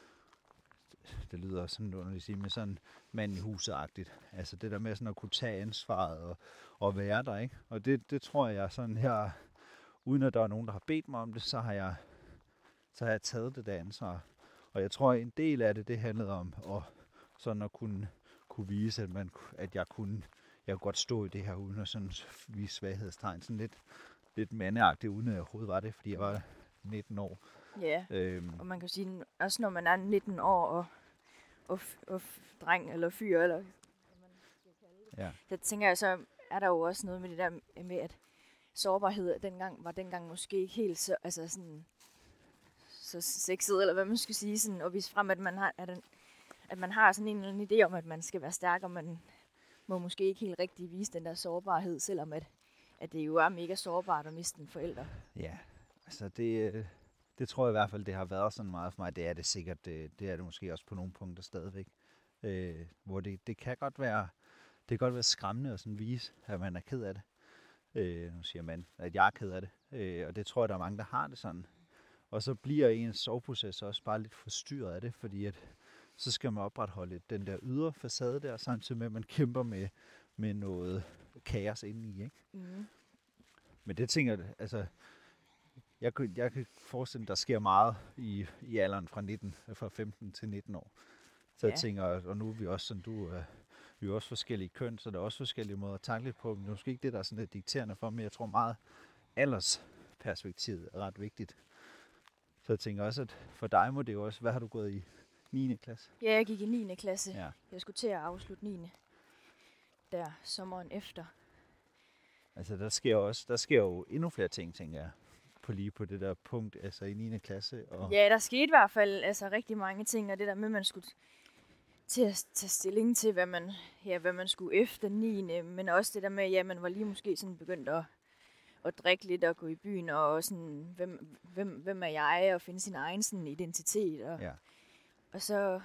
det lyder sådan underligt at sige, men sådan mand i huset-agtigt. Altså det der med sådan at kunne tage ansvaret og, og være der, ikke? Og det, det tror jeg sådan her, uden at der er nogen, der har bedt mig om det, så har jeg, så har jeg taget det der ansvar. Og jeg tror, en del af det, det handlede om at, sådan at kunne, kunne vise, at, man, at jeg kunne jeg kunne godt stå i det her uden at sådan vise svaghedstegn. Sådan lidt, lidt mandeagtigt, uden at jeg overhovedet var det, fordi jeg var nitten år. Ja, Øhm, og man kan sige, også når man er nitten år og, og, og dreng eller fyr, eller ja. der tænker jeg, så er der jo også noget med det der med, at sårbarhed dengang var dengang måske ikke helt så, altså sådan, så sexet, eller hvad man skal sige, sådan, og vise frem, at man har, at, den, at man har sådan en eller anden idé om, at man skal være stærk, og man må måske ikke helt rigtig vise den der sårbarhed, selvom at, at det jo er mega sårbart at miste en forælder. Ja, altså det, det tror jeg i hvert fald, det har været sådan meget for mig. Det er det sikkert, det, det er det måske også på nogle punkter stadigvæk. Øh, hvor det, det kan godt være, det kan godt være skræmmende at sådan vise, at man er ked af det. Øh, nu siger man, at jeg er ked af det. Øh, og det tror jeg, der er mange, der har det sådan. Og så bliver ens soveproces også bare lidt forstyrret af det, fordi at, så skal man opretholde den der ydre facade der, samtidig med, at man kæmper med, med noget kaos indeni, ikke? Mm. Men det tænker jeg, altså, jeg, jeg kan forestille mig, der sker meget i, i alderen fra, nitten, fra femten til nitten år. Så ja. Jeg tænker, og nu er vi også sådan, du er, vi er også forskellige køn, så der er også forskellige måder at takle på. Men det er måske ikke det, der er sådan lidt dikterende for, men jeg tror meget, aldersperspektivet er ret vigtigt. Så jeg tænker også, at for dig må det jo også, hvad har du gået i niende klasse? Ja, jeg gik i niende klasse. Ja. Jeg skulle til at afslutte niende der sommeren efter. Altså der sker også, der sker jo endnu flere ting, tænker jeg, på lige på det der punkt, altså i niende klasse. Og ja, der skete i hvert fald altså rigtig mange ting, og det der med, at man skulle til at tage stilling til, hvad man, ja, hvad man skulle efter niende, men også det der med, at ja, man var lige måske sådan begyndt at, at drikke lidt og gå i byen, og sådan, hvem, hvem, hvem er jeg, og finde sin egen sådan, identitet. Og, ja. og så,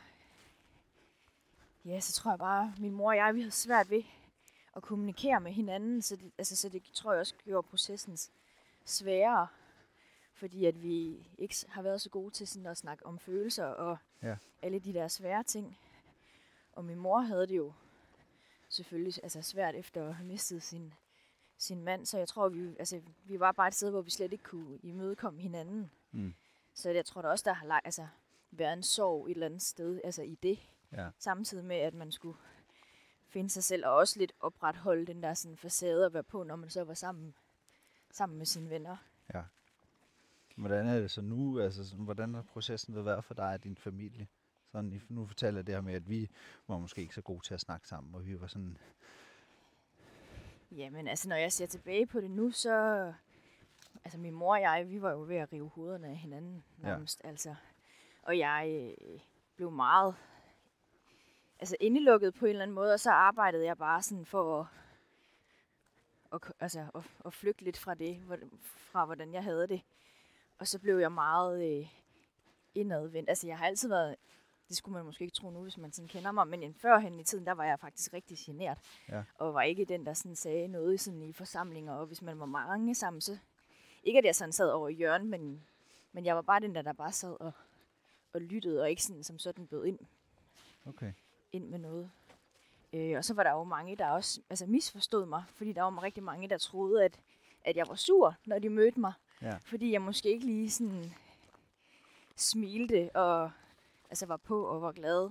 ja, så tror jeg bare, min mor og jeg, vi havde svært ved at kommunikere med hinanden, så det, altså, så det tror jeg også gjorde processen sværere, fordi at vi ikke har været så gode til sådan at snakke om følelser og ja. alle de der svære ting. Og min mor havde det jo selvfølgelig altså svært efter at have mistet sin, sin mand, så jeg tror, vi, altså, vi var bare et sted, hvor vi slet ikke kunne imødekomme hinanden. Mm. Så jeg tror da også, der har altså, været en sorg et eller andet sted altså i det, Ja. samtidig med, at man skulle finde sig selv og også lidt opretholde den der sådan, facade at være på, når man så var sammen, sammen med sine venner. Ja. Hvordan er det så nu? Altså, sådan, hvordan har processen vil være for dig og din familie? Sådan, nu fortæller jeg det her med, at vi var måske ikke så gode til at snakke sammen, og vi var sådan... Jamen, altså, når jeg ser tilbage på det nu, så... Altså, min mor og jeg, vi var jo ved at rive hovederne af hinanden, nærmest, ja. altså. Og jeg øh, blev meget... Altså, indelukket på en eller anden måde, og så arbejdede jeg bare sådan for at... Og, altså, at, at flygte lidt fra det, fra hvordan jeg havde det. Og så blev jeg meget øh, indadvendt. Altså, jeg har altid været... Det skulle man måske ikke tro nu, hvis man sådan kender mig, men førhen i tiden, der var jeg faktisk rigtig genert. Ja. Og var ikke den, der sådan sagde noget sådan i forsamlinger, og hvis man var mange sammen, så... Ikke at jeg sådan sad over i hjørnet, men, men jeg var bare den der, der bare sad og, og lyttede, og ikke sådan som sådan bød ind, okay. ind med noget. Øh, og så var der jo mange, der også altså misforstod mig, fordi der var rigtig mange, der troede, at, at jeg var sur, når de mødte mig. Ja. Fordi jeg måske ikke lige sådan smilte og altså var på og var glad.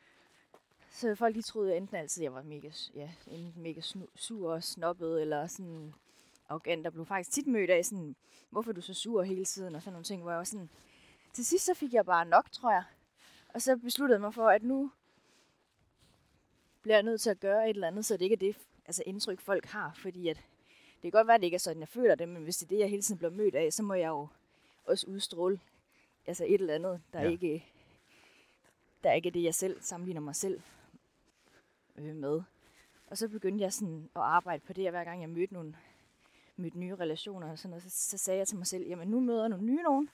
Så folk de troede enten altid, at jeg var mega, ja, enten mega sur og snobbet, eller sådan arrogant. Der blev faktisk tit mødt af sådan, hvorfor er du så sur hele tiden, og sådan nogle ting, hvor jeg var sådan... Til sidst så fik jeg bare nok, tror jeg. Og så besluttede jeg mig for, at nu bliver jeg nødt til at gøre et eller andet, så det ikke er det altså indtryk, folk har. Fordi at det kan godt være, at det ikke er sådan, jeg føler det, men hvis det er det, jeg hele tiden bliver mødt af, så må jeg jo også udstråle altså et eller andet, der ja. ikke der ikke er det, jeg selv sammenligner mig selv øh, med. Og så begyndte jeg sådan at arbejde på det, hver gang jeg mødte nogle mødte nye relationer og sådan noget, så, så sagde jeg til mig selv, jamen nu møder jeg nogle nye nogen,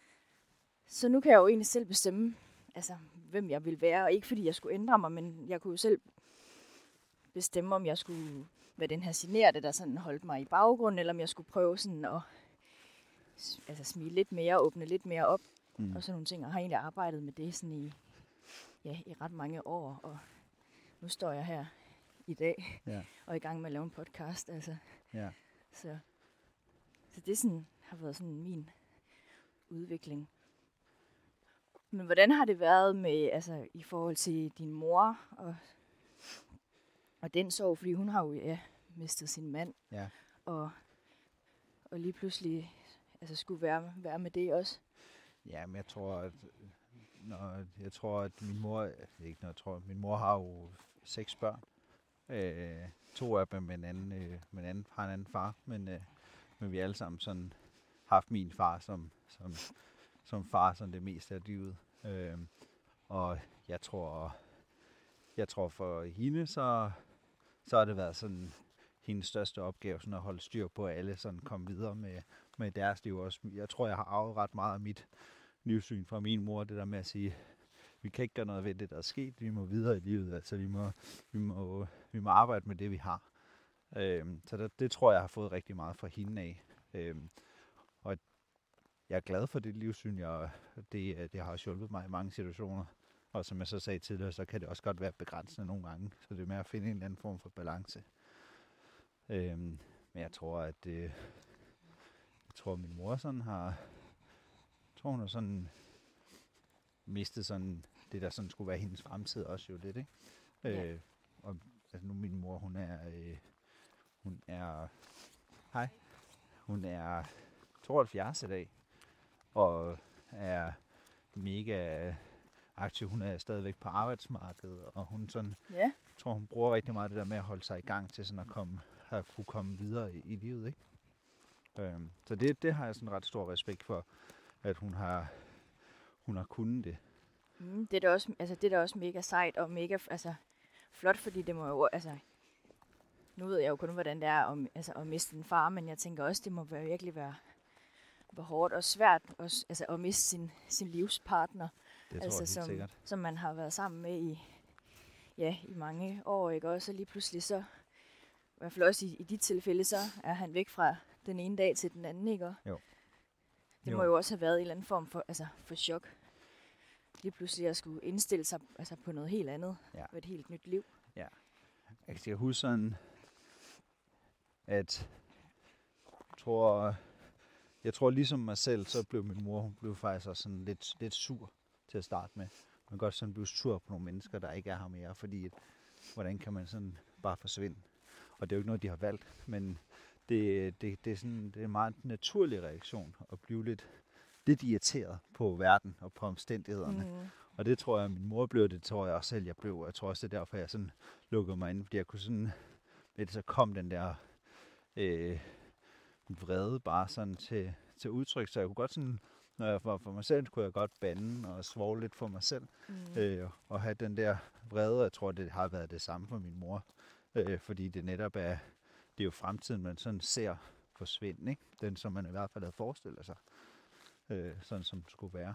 så nu kan jeg jo egentlig selv bestemme, altså hvem jeg vil være, og ikke fordi jeg skulle ændre mig, men jeg kunne jo selv bestemme, om jeg skulle være den her generte, der sådan holdt mig i baggrunden, eller om jeg skulle prøve sådan at altså, smile lidt mere, åbne lidt mere op, mm. og sådan nogle ting, og har egentlig arbejdet med det sådan i, ja, i ret mange år, og nu står jeg her i dag, ja. og er i gang med at lave en podcast, altså. Ja. Så, så det sådan, har været sådan min udvikling. Men hvordan har det været med, altså, i forhold til din mor? Og og den sorg, fordi hun har jo ja, mistet sin mand, Ja. og, og lige pludselig altså, skulle være, være med det også. Ja, men jeg tror, at når, jeg tror, at min mor, ikke når jeg tror, min mor har jo seks børn. Øh, to af dem med en anden, øh, med en anden, har en anden far, men, øh, men vi alle sammen sådan haft min far som, som, som far sådan det meste af livet. Øh, og jeg tror, jeg tror for hende, så, så har det været sådan hendes største opgave, sådan at holde styr på, at alle sådan kom videre med, med deres liv også. Jeg tror, jeg har arvet ret meget af mit livssyn fra min mor, det der med at sige, vi kan ikke gøre noget ved det, der er sket, vi må videre i livet, altså vi må, vi må, vi må arbejde med det, vi har. Øhm, så det, det tror jeg har fået rigtig meget fra hende af. Øhm, og jeg er glad for det livssyn, jeg, det, det har også hjulpet mig i mange situationer. Og som jeg så sagde tidligere, så kan det også godt være begrænsende nogle gange, så det er med at finde en eller anden form for balance. Øhm, men jeg tror, at det, jeg tror, at min mor sådan har, jeg tror, hun har sådan mistet sådan det, der sådan skulle være hendes fremtid også jo lidt, ikke? Ja. Øh, og altså nu min mor, hun er, øh, hun er, hej, hun er tooghalvfjerds i dag, og er mega aktiv. Hun er stadigvæk på arbejdsmarkedet, og hun sådan, Ja. jeg tror, hun bruger rigtig meget det der med at holde sig i gang til sådan at komme, at kunne komme videre i, i livet, ikke? Øhm, så det, det har jeg sådan ret stor respekt for, at hun har, hun har kunnet det. Mm, det er da også, altså, det er da også mega sejt og mega altså, flot, fordi det må jo, altså, nu ved jeg jo kun, hvordan det er at, altså, at miste en far, men jeg tænker også, det må være, virkelig være, være hårdt og svært også, altså, at miste sin, sin livspartner, Det tror altså, jeg helt som, sikkert. som man har været sammen med i, ja, i mange år, ikke? Og så lige pludselig så, i hvert fald også i, i dit tilfælde, så er han væk fra den ene dag til den anden, ikke? Og Jo. det Jo. må jo også have været en eller anden form for, altså, for chok. Lige pludselig at skulle indstille sig altså, på noget helt andet, Ja. på et helt nyt liv. Jeg kan huske sådan, at jeg tror, jeg tror ligesom mig selv, så blev min mor, hun blev faktisk også sådan lidt, lidt sur til at starte med. Man kan godt sådan blive sur på nogle mennesker, der ikke er her mere, fordi at, hvordan kan man sådan bare forsvinde? Og det er jo ikke noget, de har valgt, men det, det, det, er, sådan, det er en meget naturlig reaktion at blive lidt, lidt irriteret på verden og på omstændighederne. Mm. Og det tror jeg, min mor blev, det tror jeg også selv, jeg blev. Og jeg tror også, det er derfor, jeg sådan lukkede mig ind, fordi jeg kunne sådan, ved det så kom den der øh, vrede bare sådan til, til udtryk, så jeg kunne godt sådan, når jeg var for mig selv, kunne jeg godt bande og svogle lidt for mig selv, Mm. øh, og have den der vrede, og jeg tror, det har været det samme for min mor, øh, fordi det netop er, det er jo fremtiden, man sådan ser forsvinde, ikke? Den, som man i hvert fald havde forestillet sig, øh, sådan som det skulle være.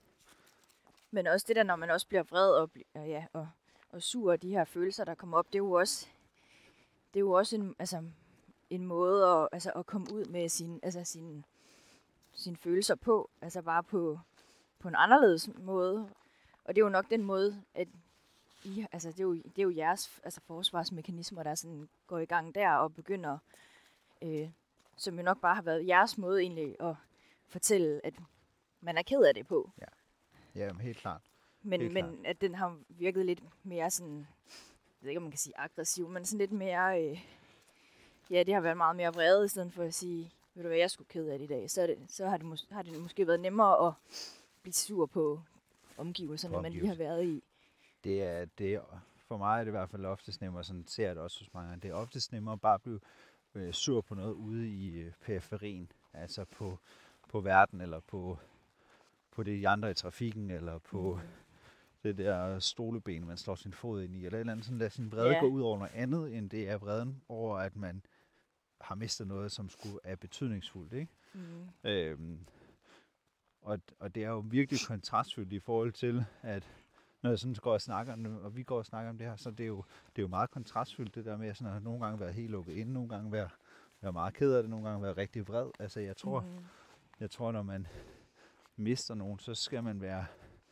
Men også det der, når man også bliver vred og, bl- og, ja, og, og sur, de her følelser, der kommer op, det er jo også, det er jo også en, altså, en måde at, altså, at komme ud med sin, altså, sin, sine følelser på. Altså bare på, på en anderledes måde. Og det er jo nok den måde, at I, altså, det, er jo, det er jo jeres altså, forsvarsmekanismer, der sådan går i gang der og begynder, øh, som jo nok bare har været jeres måde egentlig at fortælle, at man er ked af det på. Ja, jamen, helt klart. Men, Helt men at den har virket lidt mere sådan, jeg ved ikke, om man kan sige aggressiv, men sådan lidt mere, øh, ja, det har været meget mere vrede, i stedet for at sige, ved du hvad, jeg skulle ked af det i dag. Så, er det, så har, det mås- har det måske været nemmere at blive sur på omgivelserne, På man lige har været i. Det er, det er, for mig er det i hvert fald oftest nemmere, sådan ser jeg det også hos mange, det er oftest nemmere at bare blive øh, sur på noget ude i øh, periferien, altså på, på verden, eller på, på det de andre i trafikken, eller på Mm. det der stoleben, man slår sin fod ind i, eller et eller andet sådan, lad sin vrede Ja. gå ud over noget andet, end det er vreden over, at man har mistet noget, som skulle er betydningsfuldt, ikke? Mm. Øhm, og, og det er jo virkelig kontrastfyldt i forhold til, at når jeg sådan går og snakker om det, og vi går og snakker om det her, så det er jo, det er jo meget kontrastfyldt, det der med sådan at nogle gange være helt lukket inde, nogle gange være, være meget ked af det, nogle gange være rigtig vred. Altså jeg tror, Mm. jeg tror, når man mister nogen, så skal man være,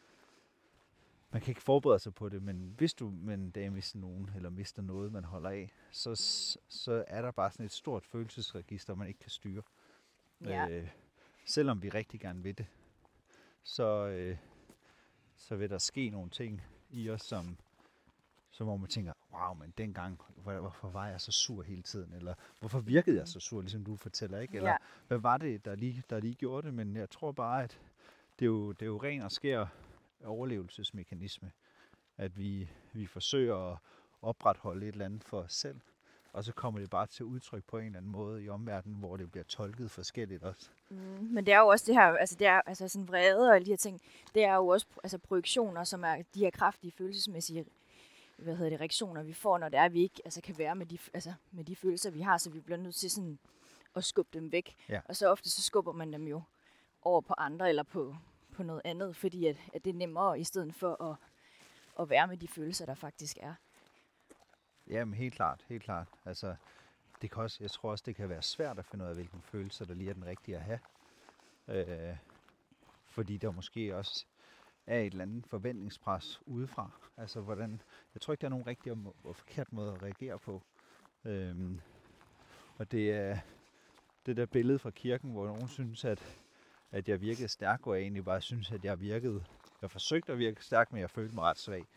man kan ikke forberede sig på det, men hvis du med en dag mister nogen, eller mister noget, man holder af, så, så er der bare sådan et stort følelsesregister, man ikke kan styre. Ja. Øh, selvom vi rigtig gerne vil det, så, øh, så vil der ske nogle ting i os, som, så hvor man tænker, wow, men dengang, hvor- hvorfor var jeg så sur hele tiden? Eller hvorfor virkede jeg så sur, ligesom du fortæller, ikke? Eller Ja. hvad var det, der lige, der lige gjorde det? Men jeg tror bare, at det er jo, det er jo ren og skær overlevelsesmekanisme, at vi, vi forsøger at opretholde et eller andet for os selv, og så kommer det bare til udtryk på en eller anden måde i omverdenen, hvor det bliver tolket forskelligt også. Mm, men det er jo også det her, altså det er altså sådan vrede og alle de her ting, det er jo også altså projektioner, som er de her kraftige følelsesmæssige hvad hedder det, reaktioner, vi får, når det er, at vi ikke altså, kan være med de, altså, med de følelser, vi har, så vi bliver nødt til sådan at skubbe dem væk. Ja. Og så ofte så skubber man dem jo over på andre eller på, på noget andet, fordi at, at det er nemmere i stedet for at, at være med de følelser, der faktisk er. Jamen helt klart, helt klart. Altså, det kan også, jeg tror også, det kan være svært at finde ud af, hvilken følelse, der lige er den rigtige at have. Øh, fordi der måske også er et eller andet forventningspres udefra. Altså, hvordan, jeg tror ikke, der er nogen rigtig og, og forkert måde at reagere på. Øhm, og det er det der billede fra kirken, hvor nogen synes, at, at jeg virkede stærk, og jeg egentlig bare synes, at jeg virkede, jeg forsøgte at virke stærk, men jeg følte mig ret svag.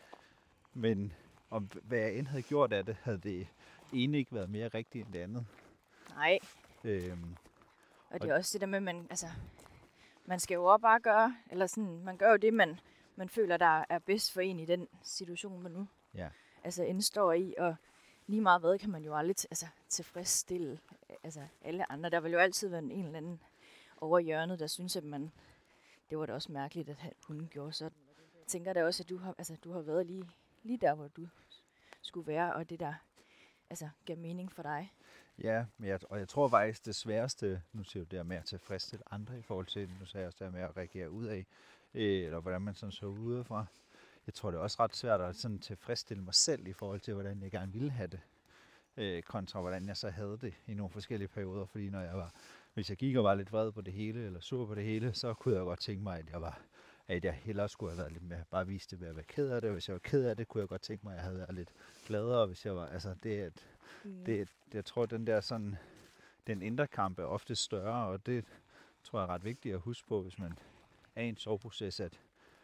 Men om hvad jeg end havde gjort af det, havde det ene ikke været mere rigtigt end det andet. Nej. Øhm, Og det er også det der med, at man, altså, man skal jo også bare gøre, eller sådan, man gør jo det, man, man føler, der er bedst for en i den situation, man nu ja. altså, indstår i. Og lige meget hvad kan man jo aldrig t- altså, tilfredsstille altså, alle andre. Der vil jo altid være en eller anden over hjørnet, der synes, at man, det var da også mærkeligt, at hun gjorde sådan. Jeg tænker da også, at du har, altså, du har været lige, lige der, hvor du skulle være, og det der altså, gav mening for dig. Ja, men jeg, og jeg tror faktisk, det sværeste, nu siger du det med at tilfredsstille andre i forhold til, nu sagde jeg også det med at reagere ud af, øh, eller hvordan man sådan så udefra. Jeg tror, det er også ret svært at sådan tilfredsstille mig selv i forhold til, hvordan jeg gerne ville have det, øh, kontra hvordan jeg så havde det i nogle forskellige perioder. Fordi når jeg var, hvis jeg gik og var lidt vred på det hele, eller sur på det hele, så kunne jeg godt tænke mig, at jeg var at jeg hellere skulle have været lidt mere, bare vist det ved at være ked af det. Hvis jeg var ked af det, kunne jeg godt tænke mig, at jeg havde været lidt gladere, hvis jeg var, altså det er et, mm. det, jeg tror, den der sådan, den indre kamp er ofte større, og det tror jeg er ret vigtigt at huske på, hvis man er i en soveproces, at,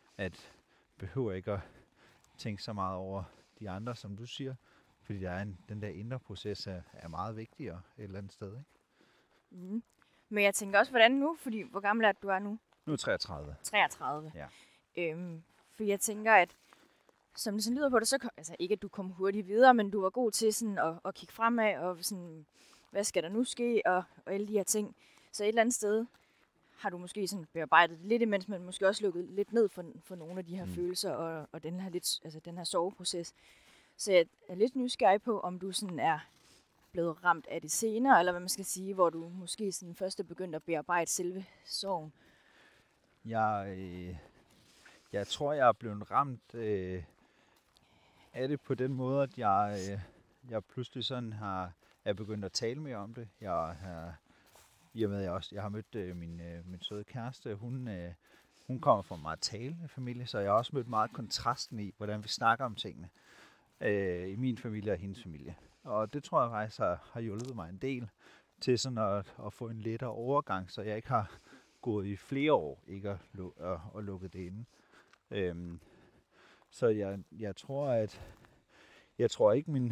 at behøver ikke at tænke så meget over de andre, som du siger, fordi der er en, den der indre proces er, er meget vigtigere et eller andet sted, ikke? Mm. Men jeg tænker også, hvordan nu, fordi hvor gammel er du er nu? Nu er jeg treogtredive. treogtredive. Ja. Øhm, for jeg tænker, at som det sådan lyder på det, så kom, altså ikke at du kom hurtigt videre, men du var god til sådan at, at kigge fremad, og sådan, hvad skal der nu ske, og, og alle de her ting. Så et eller andet sted har du måske sådan bearbejdet det lidt imens, men måske også lukket lidt ned for, for nogle af de her mm. følelser, og, og den her lidt, altså den her soveproces. Så jeg er lidt nysgerrig på, om du sådan er blevet ramt af det senere, eller hvad man skal sige, hvor du måske sådan først er begyndt at bearbejde selve sorgen. Jeg, øh, jeg tror, jeg er blevet ramt øh, af det på den måde, at jeg, øh, jeg pludselig sådan har er begyndt at tale mere om det. Jeg har, i og med, jeg også, jeg har mødt øh, min, øh, min søde kæreste. Hun, øh, hun kommer fra en meget talende familie, så jeg har også mødt meget kontrasten i, hvordan vi snakker om tingene øh, i min familie og hendes familie. Og det tror jeg faktisk har, har hjulpet mig en del til sådan at, at få en lettere overgang, så jeg ikke har gået i flere år ikke at, lu- at, at lukke det inde. Øhm, så jeg, jeg tror, at jeg tror ikke min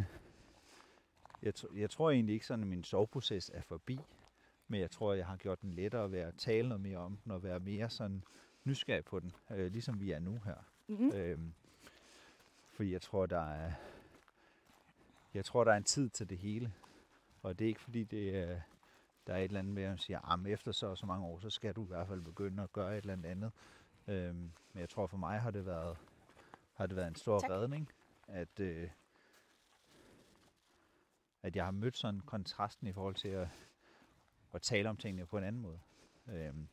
jeg, t- jeg tror egentlig ikke sådan, at min soveproces er forbi, men jeg tror, at jeg har gjort den lettere ved at tale noget mere om den og være mere sådan nysgerrig på den, øh, ligesom vi er nu her. Mm-hmm. Øhm, fordi jeg tror, der er jeg tror, der er en tid til det hele, og det er ikke fordi det er der er et eller andet med, at man siger, at efter så og så mange år, så skal du i hvert fald begynde at gøre et eller andet andet. Øhm, men jeg tror, for mig har det været, har det været en stor tak. redning, at, øh, at jeg har mødt sådan kontrasten i forhold til at, at tale om tingene på en anden måde. Øhm,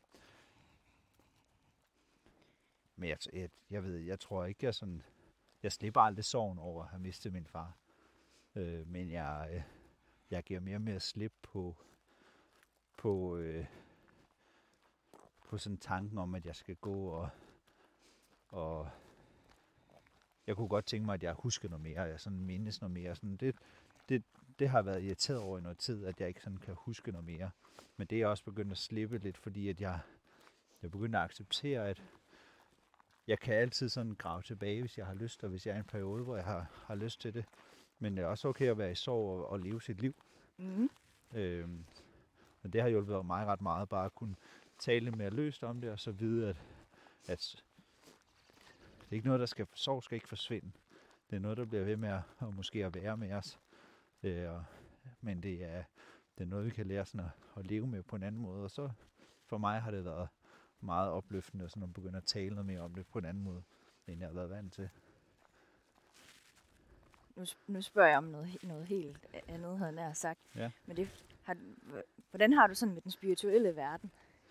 men jeg, jeg, jeg ved, jeg tror ikke, jeg sådan, jeg slipper aldrig sorgen over at have mistet min far. Øh, men jeg, øh, jeg giver mere og mere slip på på, øh, på sådan tanken om, at jeg skal gå og, og jeg kunne godt tænke mig, at jeg husker noget mere, jeg sådan mindes noget mere. Sådan det, det, det har været irriteret over i noget tid, at jeg ikke sådan kan huske noget mere. Men det er også begyndt at slippe lidt, fordi at jeg, jeg begynder at acceptere, at, jeg kan altid sådan grave tilbage, hvis jeg har lyst, og hvis jeg er i en periode, hvor jeg har, har lyst til det. Men det er også okay at være i sorg og, og leve sit liv. Mm. Øhm, men det har hjulpet mig ret meget, bare at kunne tale lidt mere løst om det, og så vide, at, at det er ikke noget, der skal, sorg skal ikke forsvinde. Det er noget, der bliver ved med at, og måske at være med os. Øh, og, men det er, det er noget, vi kan lære sådan at, at leve med på en anden måde. Og så for mig har det været meget opløftende sådan at begynde at tale noget mere om det på en anden måde, end jeg har været vant til. Nu, nu spørger jeg om noget, noget helt andet, havde jeg sagt. Ja. Men det, har, hvordan har du sådan med den spirituelle verden?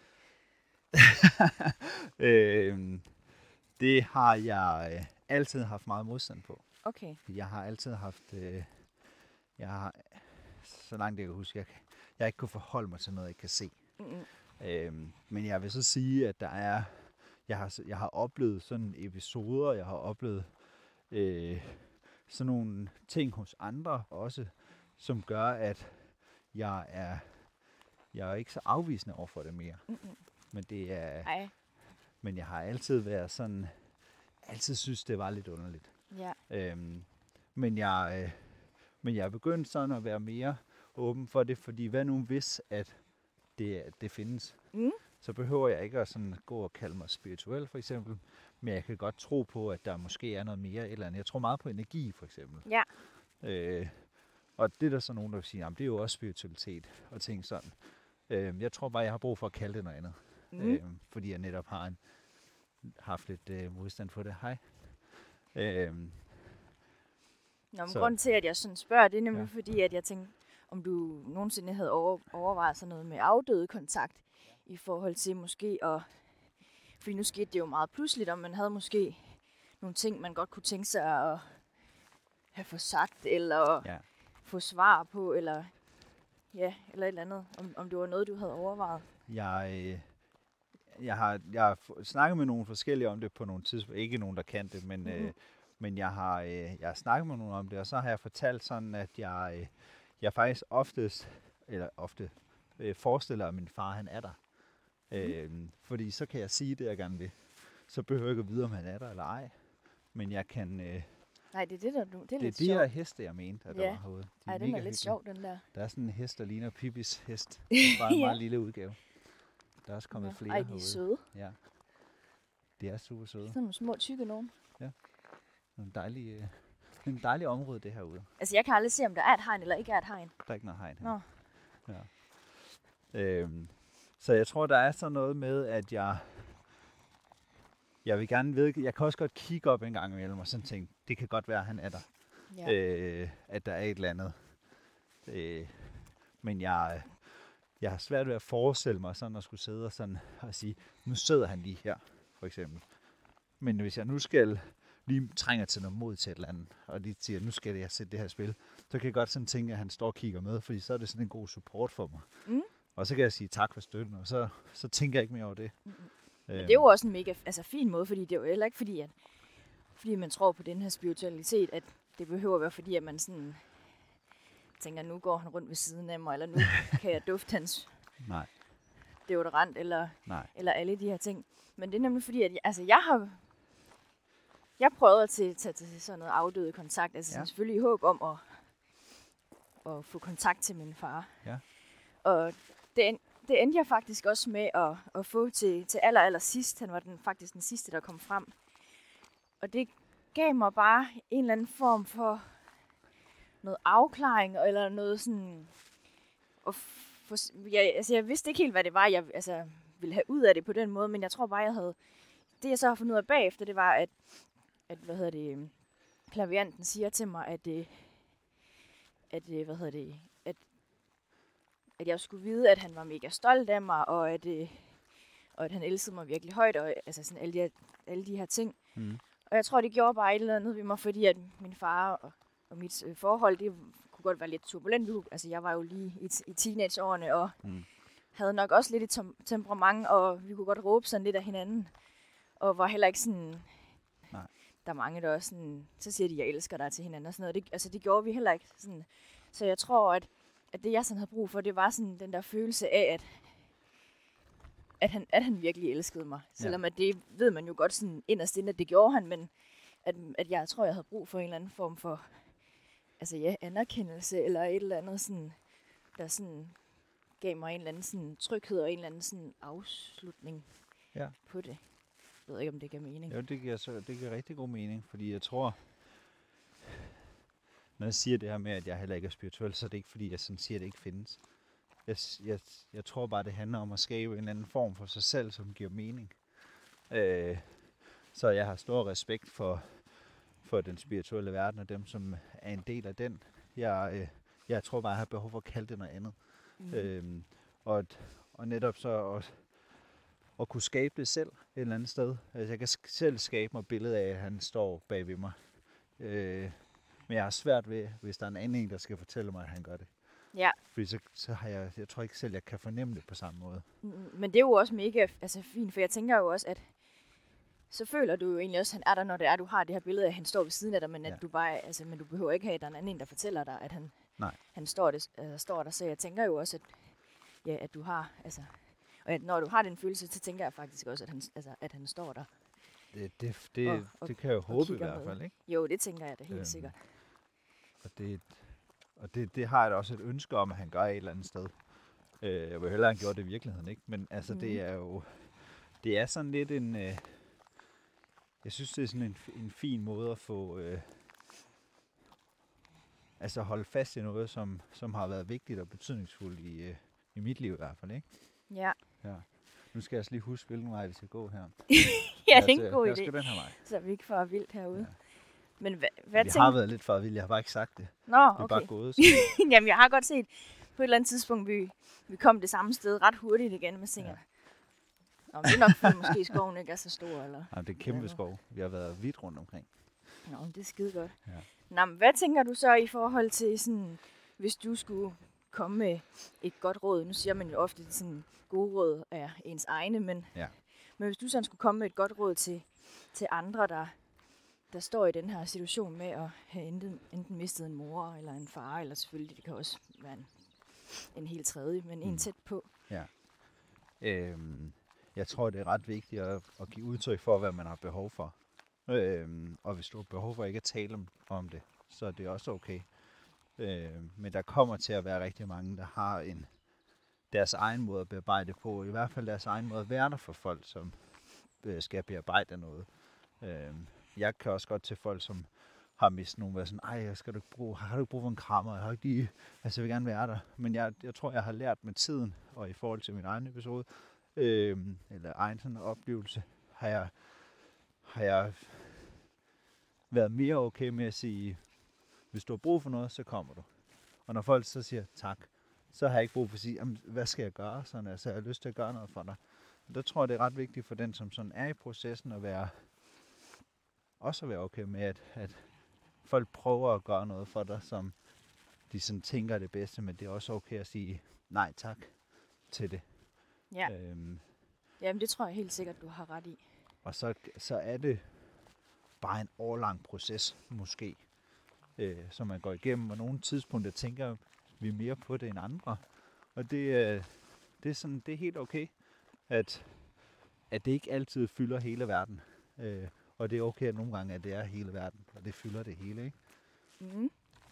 øh, det har jeg altid haft meget modstand på. Okay. Jeg har altid haft, øh, jeg har, så langt jeg kan huske, jeg, jeg ikke kunne forholde mig til noget, jeg ikke kan se. Mm-hmm. Øhm, men jeg vil så sige, at der er, jeg har, jeg har oplevet sådan episoder, jeg har oplevet øh, sådan nogle ting hos andre også, som gør, at jeg er, jeg er ikke så afvisende overfor det mere. Mm-hmm. Men det er, Ej. men jeg har altid været sådan, altid synes det var lidt underligt. Ja. Øhm, men jeg, øh, men jeg er begyndt sådan at være mere åben for det, fordi hvad nu hvis, at det, det findes, Mm. så behøver jeg ikke at sådan gå og kalde mig spirituel for eksempel, men jeg kan godt tro på, at der måske er noget mere eller andet. Jeg tror meget på energi for eksempel. Ja. Øh, og det er der så nogen, der vil sige, jamen det er jo også spiritualitet og ting sådan. Øh, jeg tror bare, jeg har brug for at kalde det noget andet, Mm. øh, fordi jeg netop har en, haft lidt øh, modstand for det. Hej. Øh, Nå, men Så- grunden til, at jeg sådan spørger, det er nemlig Ja. fordi, at jeg tænkte, om du nogensinde havde over, overvejet sådan noget med afdøde kontakt, i forhold til måske at... Fordi nu skete det jo meget pludseligt, om man havde måske nogle ting, man godt kunne tænke sig at have fået sagt, eller ja. få svar på, eller ja, eller et eller andet, om, om det var noget, du havde overvejet. Jeg, øh, jeg har, jeg har f- snakket med nogle forskellige om det på nogle tidspunkter. Ikke nogen, der kan det, men, øh, Mhm. men jeg, har, øh, jeg har snakket med nogen om det, og så har jeg fortalt sådan, at jeg, øh, jeg faktisk oftest, eller ofte, øh, forestiller, at min far han er der. Øh, fordi så kan jeg sige det, jeg gerne vil. Så behøver jeg ikke at vide, om han er der eller ej. Men jeg kan... Øh, Nej, det er det, der du... Det er, det er lidt de her sjovt. heste, jeg mente, at der Ja. var herude. De Ej, den er mega lidt hyggelige. sjov, den der. Der er sådan en hest, der ligner Pippis hest. Bare en Ja. meget lille udgave. Der er også kommet Nå, flere Ej, de er herude. søde. Ja. Det er super søde. Sådan nogle små, tykke nogen. En dejlig, øh, en dejlig område, det herude. Altså, jeg kan aldrig se, om der er et hegn eller ikke er et hegn. Der er ikke noget hegn her. Nå. Ja. Øhm, så jeg tror, der er sådan noget med, at jeg... Jeg vil gerne vide... Jeg kan også godt kigge op en gang imellem og sådan tænke, det kan godt være, at han er der. Ja. Øh, at der er et eller andet. Øh, men jeg, jeg har svært ved at forestille mig sådan at skulle sidde og, sådan og sige, nu sidder han lige her, for eksempel. Men hvis jeg nu skal lige trænger til noget mod til et eller andet, og lige siger, nu skal jeg sætte det her spil, så kan jeg godt sådan tænke, at han står og kigger med, fordi så er det sådan en god support for mig. Mm. Og så kan jeg sige tak for støtten, og så, så tænker jeg ikke mere over det. Mm-mm. Øhm, Men det er jo også en mega altså, fin måde, fordi det er jo heller ikke fordi, at fordi man tror på den her spiritualitet, at det behøver at være fordi, at man sådan tænker, nu går han rundt ved siden af mig, eller nu kan jeg dufte hans Nej, deodorant, eller, nej. eller alle de her ting. Men det er nemlig fordi, at jeg, altså, jeg har jeg prøvede at tage til, til sådan noget afdøde kontakt, altså Ja. ja. selvfølgelig i håb om at, at få kontakt til min far. Ja. Og det, en- det endte jeg faktisk også med at, at få til, til aller, aller sidst. Han var den, faktisk den sidste, der kom frem. Og det gav mig bare en eller anden form for noget afklaring, eller noget sådan... Og for, jeg, altså jeg vidste ikke helt, hvad det var, jeg altså, ville have ud af det på den måde, men jeg tror bare, jeg havde... Det, jeg så har fundet ud af bagefter, det var, at, at hvad hedder det, klavianten siger til mig, at, øh, at øh, hvad hedder det, at, at jeg skulle vide, at han var mega stolt af mig, og at, øh, og at han elskede mig virkelig højt, og altså sådan alle de her, alle de her ting. Mm. Og jeg tror, det gjorde bare et eller andet ved mig, fordi at min far og, og mit øh, forhold, det kunne godt være lidt turbulent. Vi kunne- Altså, jeg var jo lige i, i teenageårene, og Mm. havde nok også lidt et tem- temperament, og vi kunne godt råbe sådan lidt af hinanden. Og var heller ikke sådan... Nej. Der er mange, der også sådan... Så siger de, jeg elsker dig til hinanden og sådan noget. Det, altså, det gjorde vi heller ikke sådan. Så jeg tror, at, at det, jeg sådan havde brug for, det var sådan den der følelse af, at, at han, at han virkelig elskede mig. Selvom Ja. at det ved man jo godt sådan inderst inde, at det gjorde han, men at, at jeg tror, jeg havde brug for en eller anden form for altså ja, anerkendelse, eller et eller andet, sådan, der sådan gav mig en eller anden sådan tryghed og en eller anden sådan afslutning Ja. på det. Jeg ved ikke, om det giver mening. Jo, det giver, så, det giver rigtig god mening, fordi jeg tror, når jeg siger det her med, at jeg heller ikke er spirituel, så er det ikke fordi, jeg sådan siger, at det ikke findes. Jeg, jeg, jeg tror bare, det handler om at skabe en eller anden form for sig selv, som giver mening. Øh, så jeg har stor respekt for, for den spirituelle verden, og dem, som er en del af den. Jeg, øh, jeg tror bare, jeg har behov for at kalde det noget andet. Mm. Øhm, og, og netop så at, at kunne skabe det selv et eller andet sted. Altså, jeg kan sk- selv skabe mig et billede af, at han står bag ved mig. Øh, men jeg har svært ved, hvis der er en anden en, der skal fortælle mig, at han gør det. Ja. Fordi så, så har jeg, jeg tror ikke selv, jeg kan fornemme det på samme måde. Mm, Men det er jo også mega altså, fint, for jeg tænker jo også, at så føler du jo egentlig også, at han er der, når det er, du har det her billede af, at han står ved siden af dig, men, at Ja. du, bare, altså, men du behøver ikke have, at der er en anden, der fortæller dig, at han, Nej. han står, det, øh, står der. Så jeg tænker jo også, at, ja, at du har, altså, og at når du har den følelse, så tænker jeg faktisk også, at han, altså, at han står der. Det, det, det, Og- og- det kan jeg jo håbe i kigger hvert med. fald, ikke? Jo, det tænker jeg da helt Øhm, sikkert. Og det, og det, det har jeg da også et ønske om, at han gør et eller andet sted. Øh, jeg vil hellere, han gjorde det i virkeligheden, ikke? Men altså, mm. det Mhm. er jo... Det er sådan lidt en... Øh, jeg synes, det er sådan en, en fin måde at få... Øh, altså holde fast i noget, som, som har været vigtigt og betydningsfuldt i, øh, i mit liv i hvert fald, ikke? Ja, Ja. Nu skal jeg også lige huske, hvilken vej vi skal gå her. ja det er en god jeg skal idé, den her vej. så vi ikke får vildt herude. Ja. Men hvad, hvad Vi tænker har været lidt for vildt, jeg har bare ikke sagt det. Nå, Vi er okay. bare gået. Så. Jamen, jeg har godt set på et eller andet tidspunkt, vi, vi kom det samme sted ret hurtigt igen med singerne. Ja. Nå, men det er nok, fordi måske skoven ikke er så stor, eller? Jamen, det er en kæmpe Ja. skov. Vi har været vidt rundt omkring. Nå, men det er skide godt. Ja. Nå, men hvad tænker du så i forhold til sådan, hvis du skulle komme med et godt råd? Nu siger man jo ofte, at sådan gode råd er ens egne, men, Ja. men hvis du sådan skulle komme med et godt råd til, til andre, der, der står i den her situation med at have enten, enten mistet en mor eller en far, eller selvfølgelig, det kan også være en, en helt tredje, men en Mm. tæt på. Øhm, jeg tror, det er ret vigtigt at, at give udtryk for, hvad man har behov for. Øhm, og hvis du har behov for ikke at tale om, om det, så er det også okay. Øhm, men der kommer til at være rigtig mange, der har en deres egen måde at bearbejde på. I hvert fald deres egen måde at være der for folk, som øh, skal bearbejde noget. Øhm, jeg kan også godt til folk, som har mistet nogen, være sådan, ej, skal du ikke bruge, har du ikke brug for en krammer? Jeg har ikke lige, altså, jeg vil gerne være der. Men jeg, jeg tror, jeg har lært med tiden, og i forhold til min egen episode, øhm, eller egen sådan oplevelse, har jeg, har jeg været mere okay med at sige, hvis du har brug for noget, så kommer du. Og når folk så siger tak, så har jeg ikke brug for at sige, jamen, hvad skal jeg gøre? Sådan, altså, jeg har lyst til at gøre noget for dig. Og der tror jeg, det er ret vigtigt for den, som sådan er i processen, at være, også at være okay med, at, at folk prøver at gøre noget for dig, som de sådan tænker er det bedste, men det er også okay at sige nej tak til det. Ja, Øhm, jamen det tror jeg helt sikkert, du har ret i. og så, så er det bare en årlang proces, måske, øh, som man går igennem, og nogle tidspunkter tænker vi mere på det end andre. Og det, øh, det, er, sådan, det er helt okay, at, at det ikke altid fylder hele verden. Øh, og det er okay, at nogle gange, at det er hele verden, og det fylder det hele, ikke? Mm.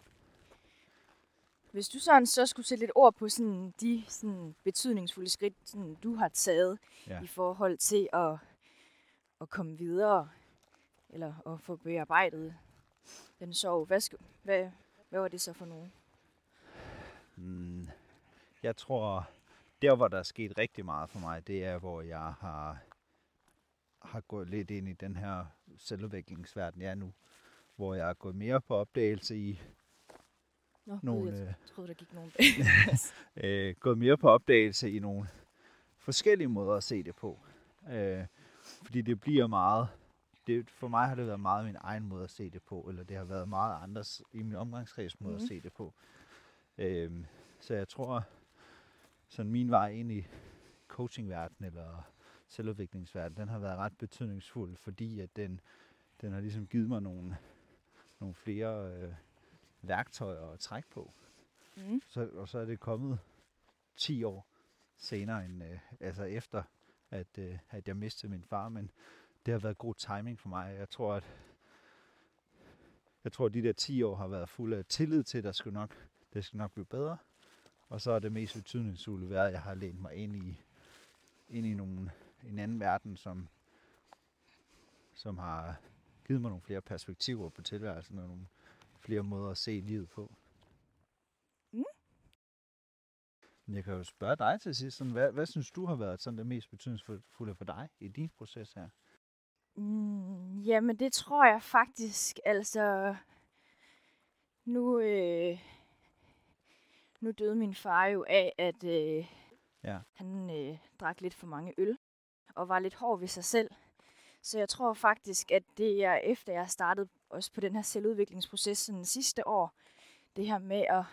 Hvis du sådan så skulle sætte lidt ord på sådan de sådan betydningsfulde skridt, sådan, du har taget Ja. i forhold til at, at komme videre, eller at få bearbejdet den sorg, hvad, sku, hvad, hvad var det så for nogen? Mm, jeg tror, der hvor der er sket rigtig meget for mig, det er, hvor jeg har, har gået lidt ind i den her selvudviklingsverden, jeg er nu. Hvor jeg er gået mere på opdagelse i Nå, nogle, Gud, jeg øh, troede, der gik nogen øh, gået mere på opdagelse i nogle forskellige måder at se det på. Øh, fordi det bliver meget, det, for mig har det været meget min egen måde at se det på, eller det har været meget andres i min omgangskreds måde Mhm. at se det på. Øh, så jeg tror, sådan min vej ind i coachingverdenen eller selvudviklingsverdenen, den har været ret betydningsfuld, fordi at den, den har ligesom givet mig nogle, nogle flere øh, værktøjer at trække på. mm. Så, og så er det kommet ti år senere, end, øh, altså efter at, øh, at jeg mistede min far, men det har været god timing for mig. Jeg tror, at jeg tror, at de der ti år har været fulde af tillid til, at der skal nok, det skal nok blive bedre. Og så er det mest betydningsfulde været, at jeg har lænt mig ind i, ind i nogle, en anden verden, som, som har givet mig nogle flere perspektiver på tilværelsen og nogle flere måder at se livet på. Mm. Jeg kan jo spørge dig til sidst, sådan, hvad, hvad synes du har været sådan det mest betydningsfulde for dig i din proces her? Mm, jamen det tror jeg faktisk, altså nu, øh, nu døde min far jo af, at øh, ja. han øh, drak lidt for mange øl og var lidt hård ved sig selv. Så jeg tror faktisk, at det er efter jeg startede også på den her selvudviklingsproces sådan sidste år, det her med at,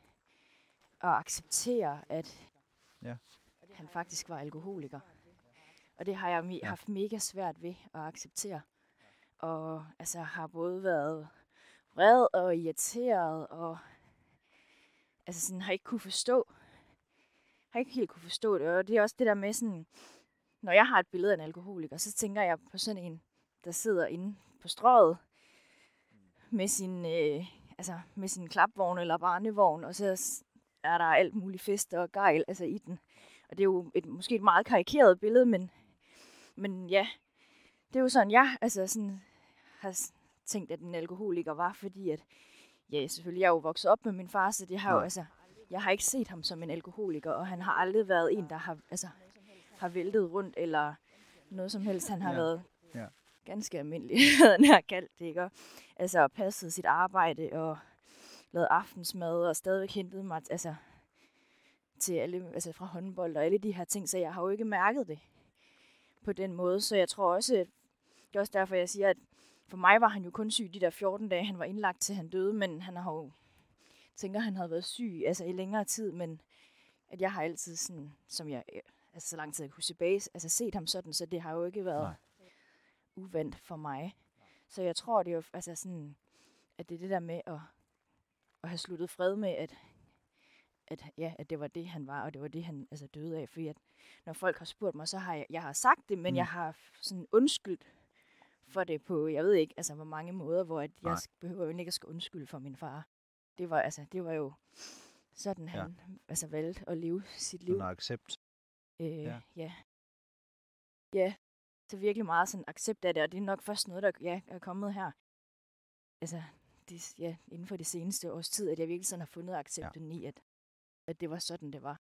at acceptere, at ja. han faktisk var alkoholiker. Og det har jeg me- ja. haft mega svært ved at acceptere. Og altså har både været vred og irriteret, og altså sådan har ikke kunne forstå, har ikke helt kunne forstå det. Og det er også det der med sådan, når jeg har et billede af en alkoholiker, så tænker jeg på sådan en, der sidder inde på strøget med sin, øh, altså med sin klapvogn eller barnevogn, og så er der alt muligt fest og gejl altså i den. Og det er jo et, måske et meget karikeret billede, men, men ja, det er jo sådan, jeg altså sådan, har tænkt, at en alkoholiker var, fordi at, ja, selvfølgelig, jeg er jo vokset op med min far, så det har jo, altså, jeg har ikke set ham som en alkoholiker, og han har aldrig været en, der har, altså, har væltet rundt, eller noget som helst. Han har ja. været ja. ganske almindelig, han har kaldt det, ikke? Altså, passet sit arbejde, og lavet aftensmad, og stadigvæk hentet mig, altså, til alle, altså fra håndbold og alle de her ting, så jeg har jo ikke mærket det på den måde. Så jeg tror også, det er også derfor, jeg siger, at for mig var han jo kun syg de der fjorten dage, han var indlagt til han døde, men han har jo, tænker, han havde været syg altså i længere tid, men at jeg har altid sådan, som jeg, altså så lang tid jeg kunne se base, altså set ham sådan, så det har jo ikke været Nej. uvandt for mig. Så jeg tror, det er jo altså sådan, at det er det der med at, at have sluttet fred med, at At, ja, at det var det, han var, og det var det, han altså, døde af. Fordi at, når folk har spurgt mig, så har jeg, jeg har sagt det, men mm. jeg har sådan undskyldt for det på, jeg ved ikke, altså hvor mange måder, hvor at jeg Nej. behøver jo ikke at skal undskylde for min far. Det var, altså, det var jo sådan, han ja. altså, valgte at leve sit liv. Sådan accept. Øh, ja. ja. Ja, så virkelig meget sådan accept af det, og det er nok først noget, der ja, er kommet her. Altså, det, ja, inden for det seneste års tid, at jeg virkelig sådan har fundet accepten ja. i, at at det var sådan, det var.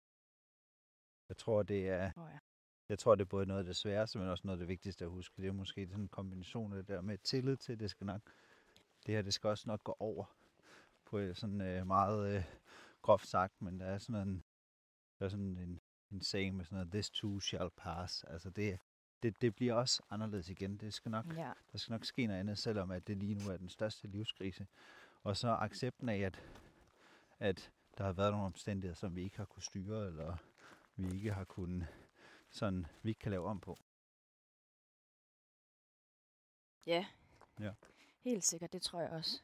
Jeg tror, det er, oh, ja. jeg tror, det er både noget af det sværeste, men også noget af det vigtigste at huske. Det er måske sådan en kombination af det der med tillid til, det skal nok, det her, det skal også nok gå over på sådan øh, meget øh, groft sagt, men der er sådan en, der er sådan en, en saying med sådan noget, this too shall pass. Altså det, det, det bliver også anderledes igen. Det skal nok, ja. Der skal nok ske noget andet, selvom at det lige nu er den største livskrise. Og så accepten af, at, at der har været nogle omstændigheder, som vi ikke har kunnet styre, eller vi ikke har kunnet, sådan, vi ikke kan lave om på. Ja, ja. Helt sikkert, det tror jeg også.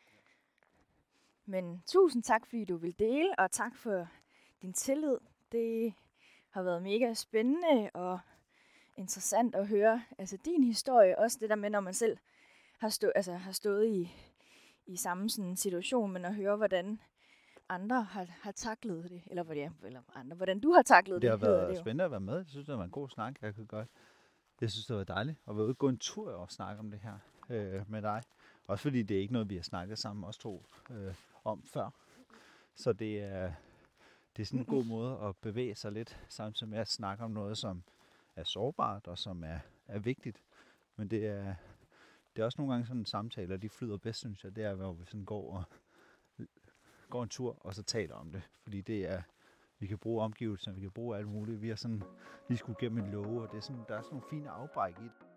Men tusind tak, fordi du vil dele, og tak for din tillid. Det har været mega spændende og interessant at høre altså din historie. Også det der med, når man selv har, stå, altså, har stået i, i samme sådan, situation, men at høre, hvordan andre har, har taklet det, eller, hvad det er, eller andre, hvordan du har taklet det. Det har været det spændende at være med. Jeg synes, det var en god snak. Jeg kunne godt. Jeg synes, det var dejligt at være ude og gå en tur og snakke om det her øh, med dig. Også fordi det er ikke noget, vi har snakket sammen os to øh, om før. Så det er, det er sådan en god måde at bevæge sig lidt, samtidig med at snakke om noget, som er sårbart og som er, er vigtigt. Men det er, det er også nogle gange sådan en samtale, og de flyder bedst, synes jeg. Det er, hvor vi sådan går og går en tur, og så taler om det. Fordi det er, vi kan bruge omgivelser, vi kan bruge alt muligt. Vi har sådan lige skulle gennem en låge, og det er sådan, der er sådan nogle fine afbræk i det.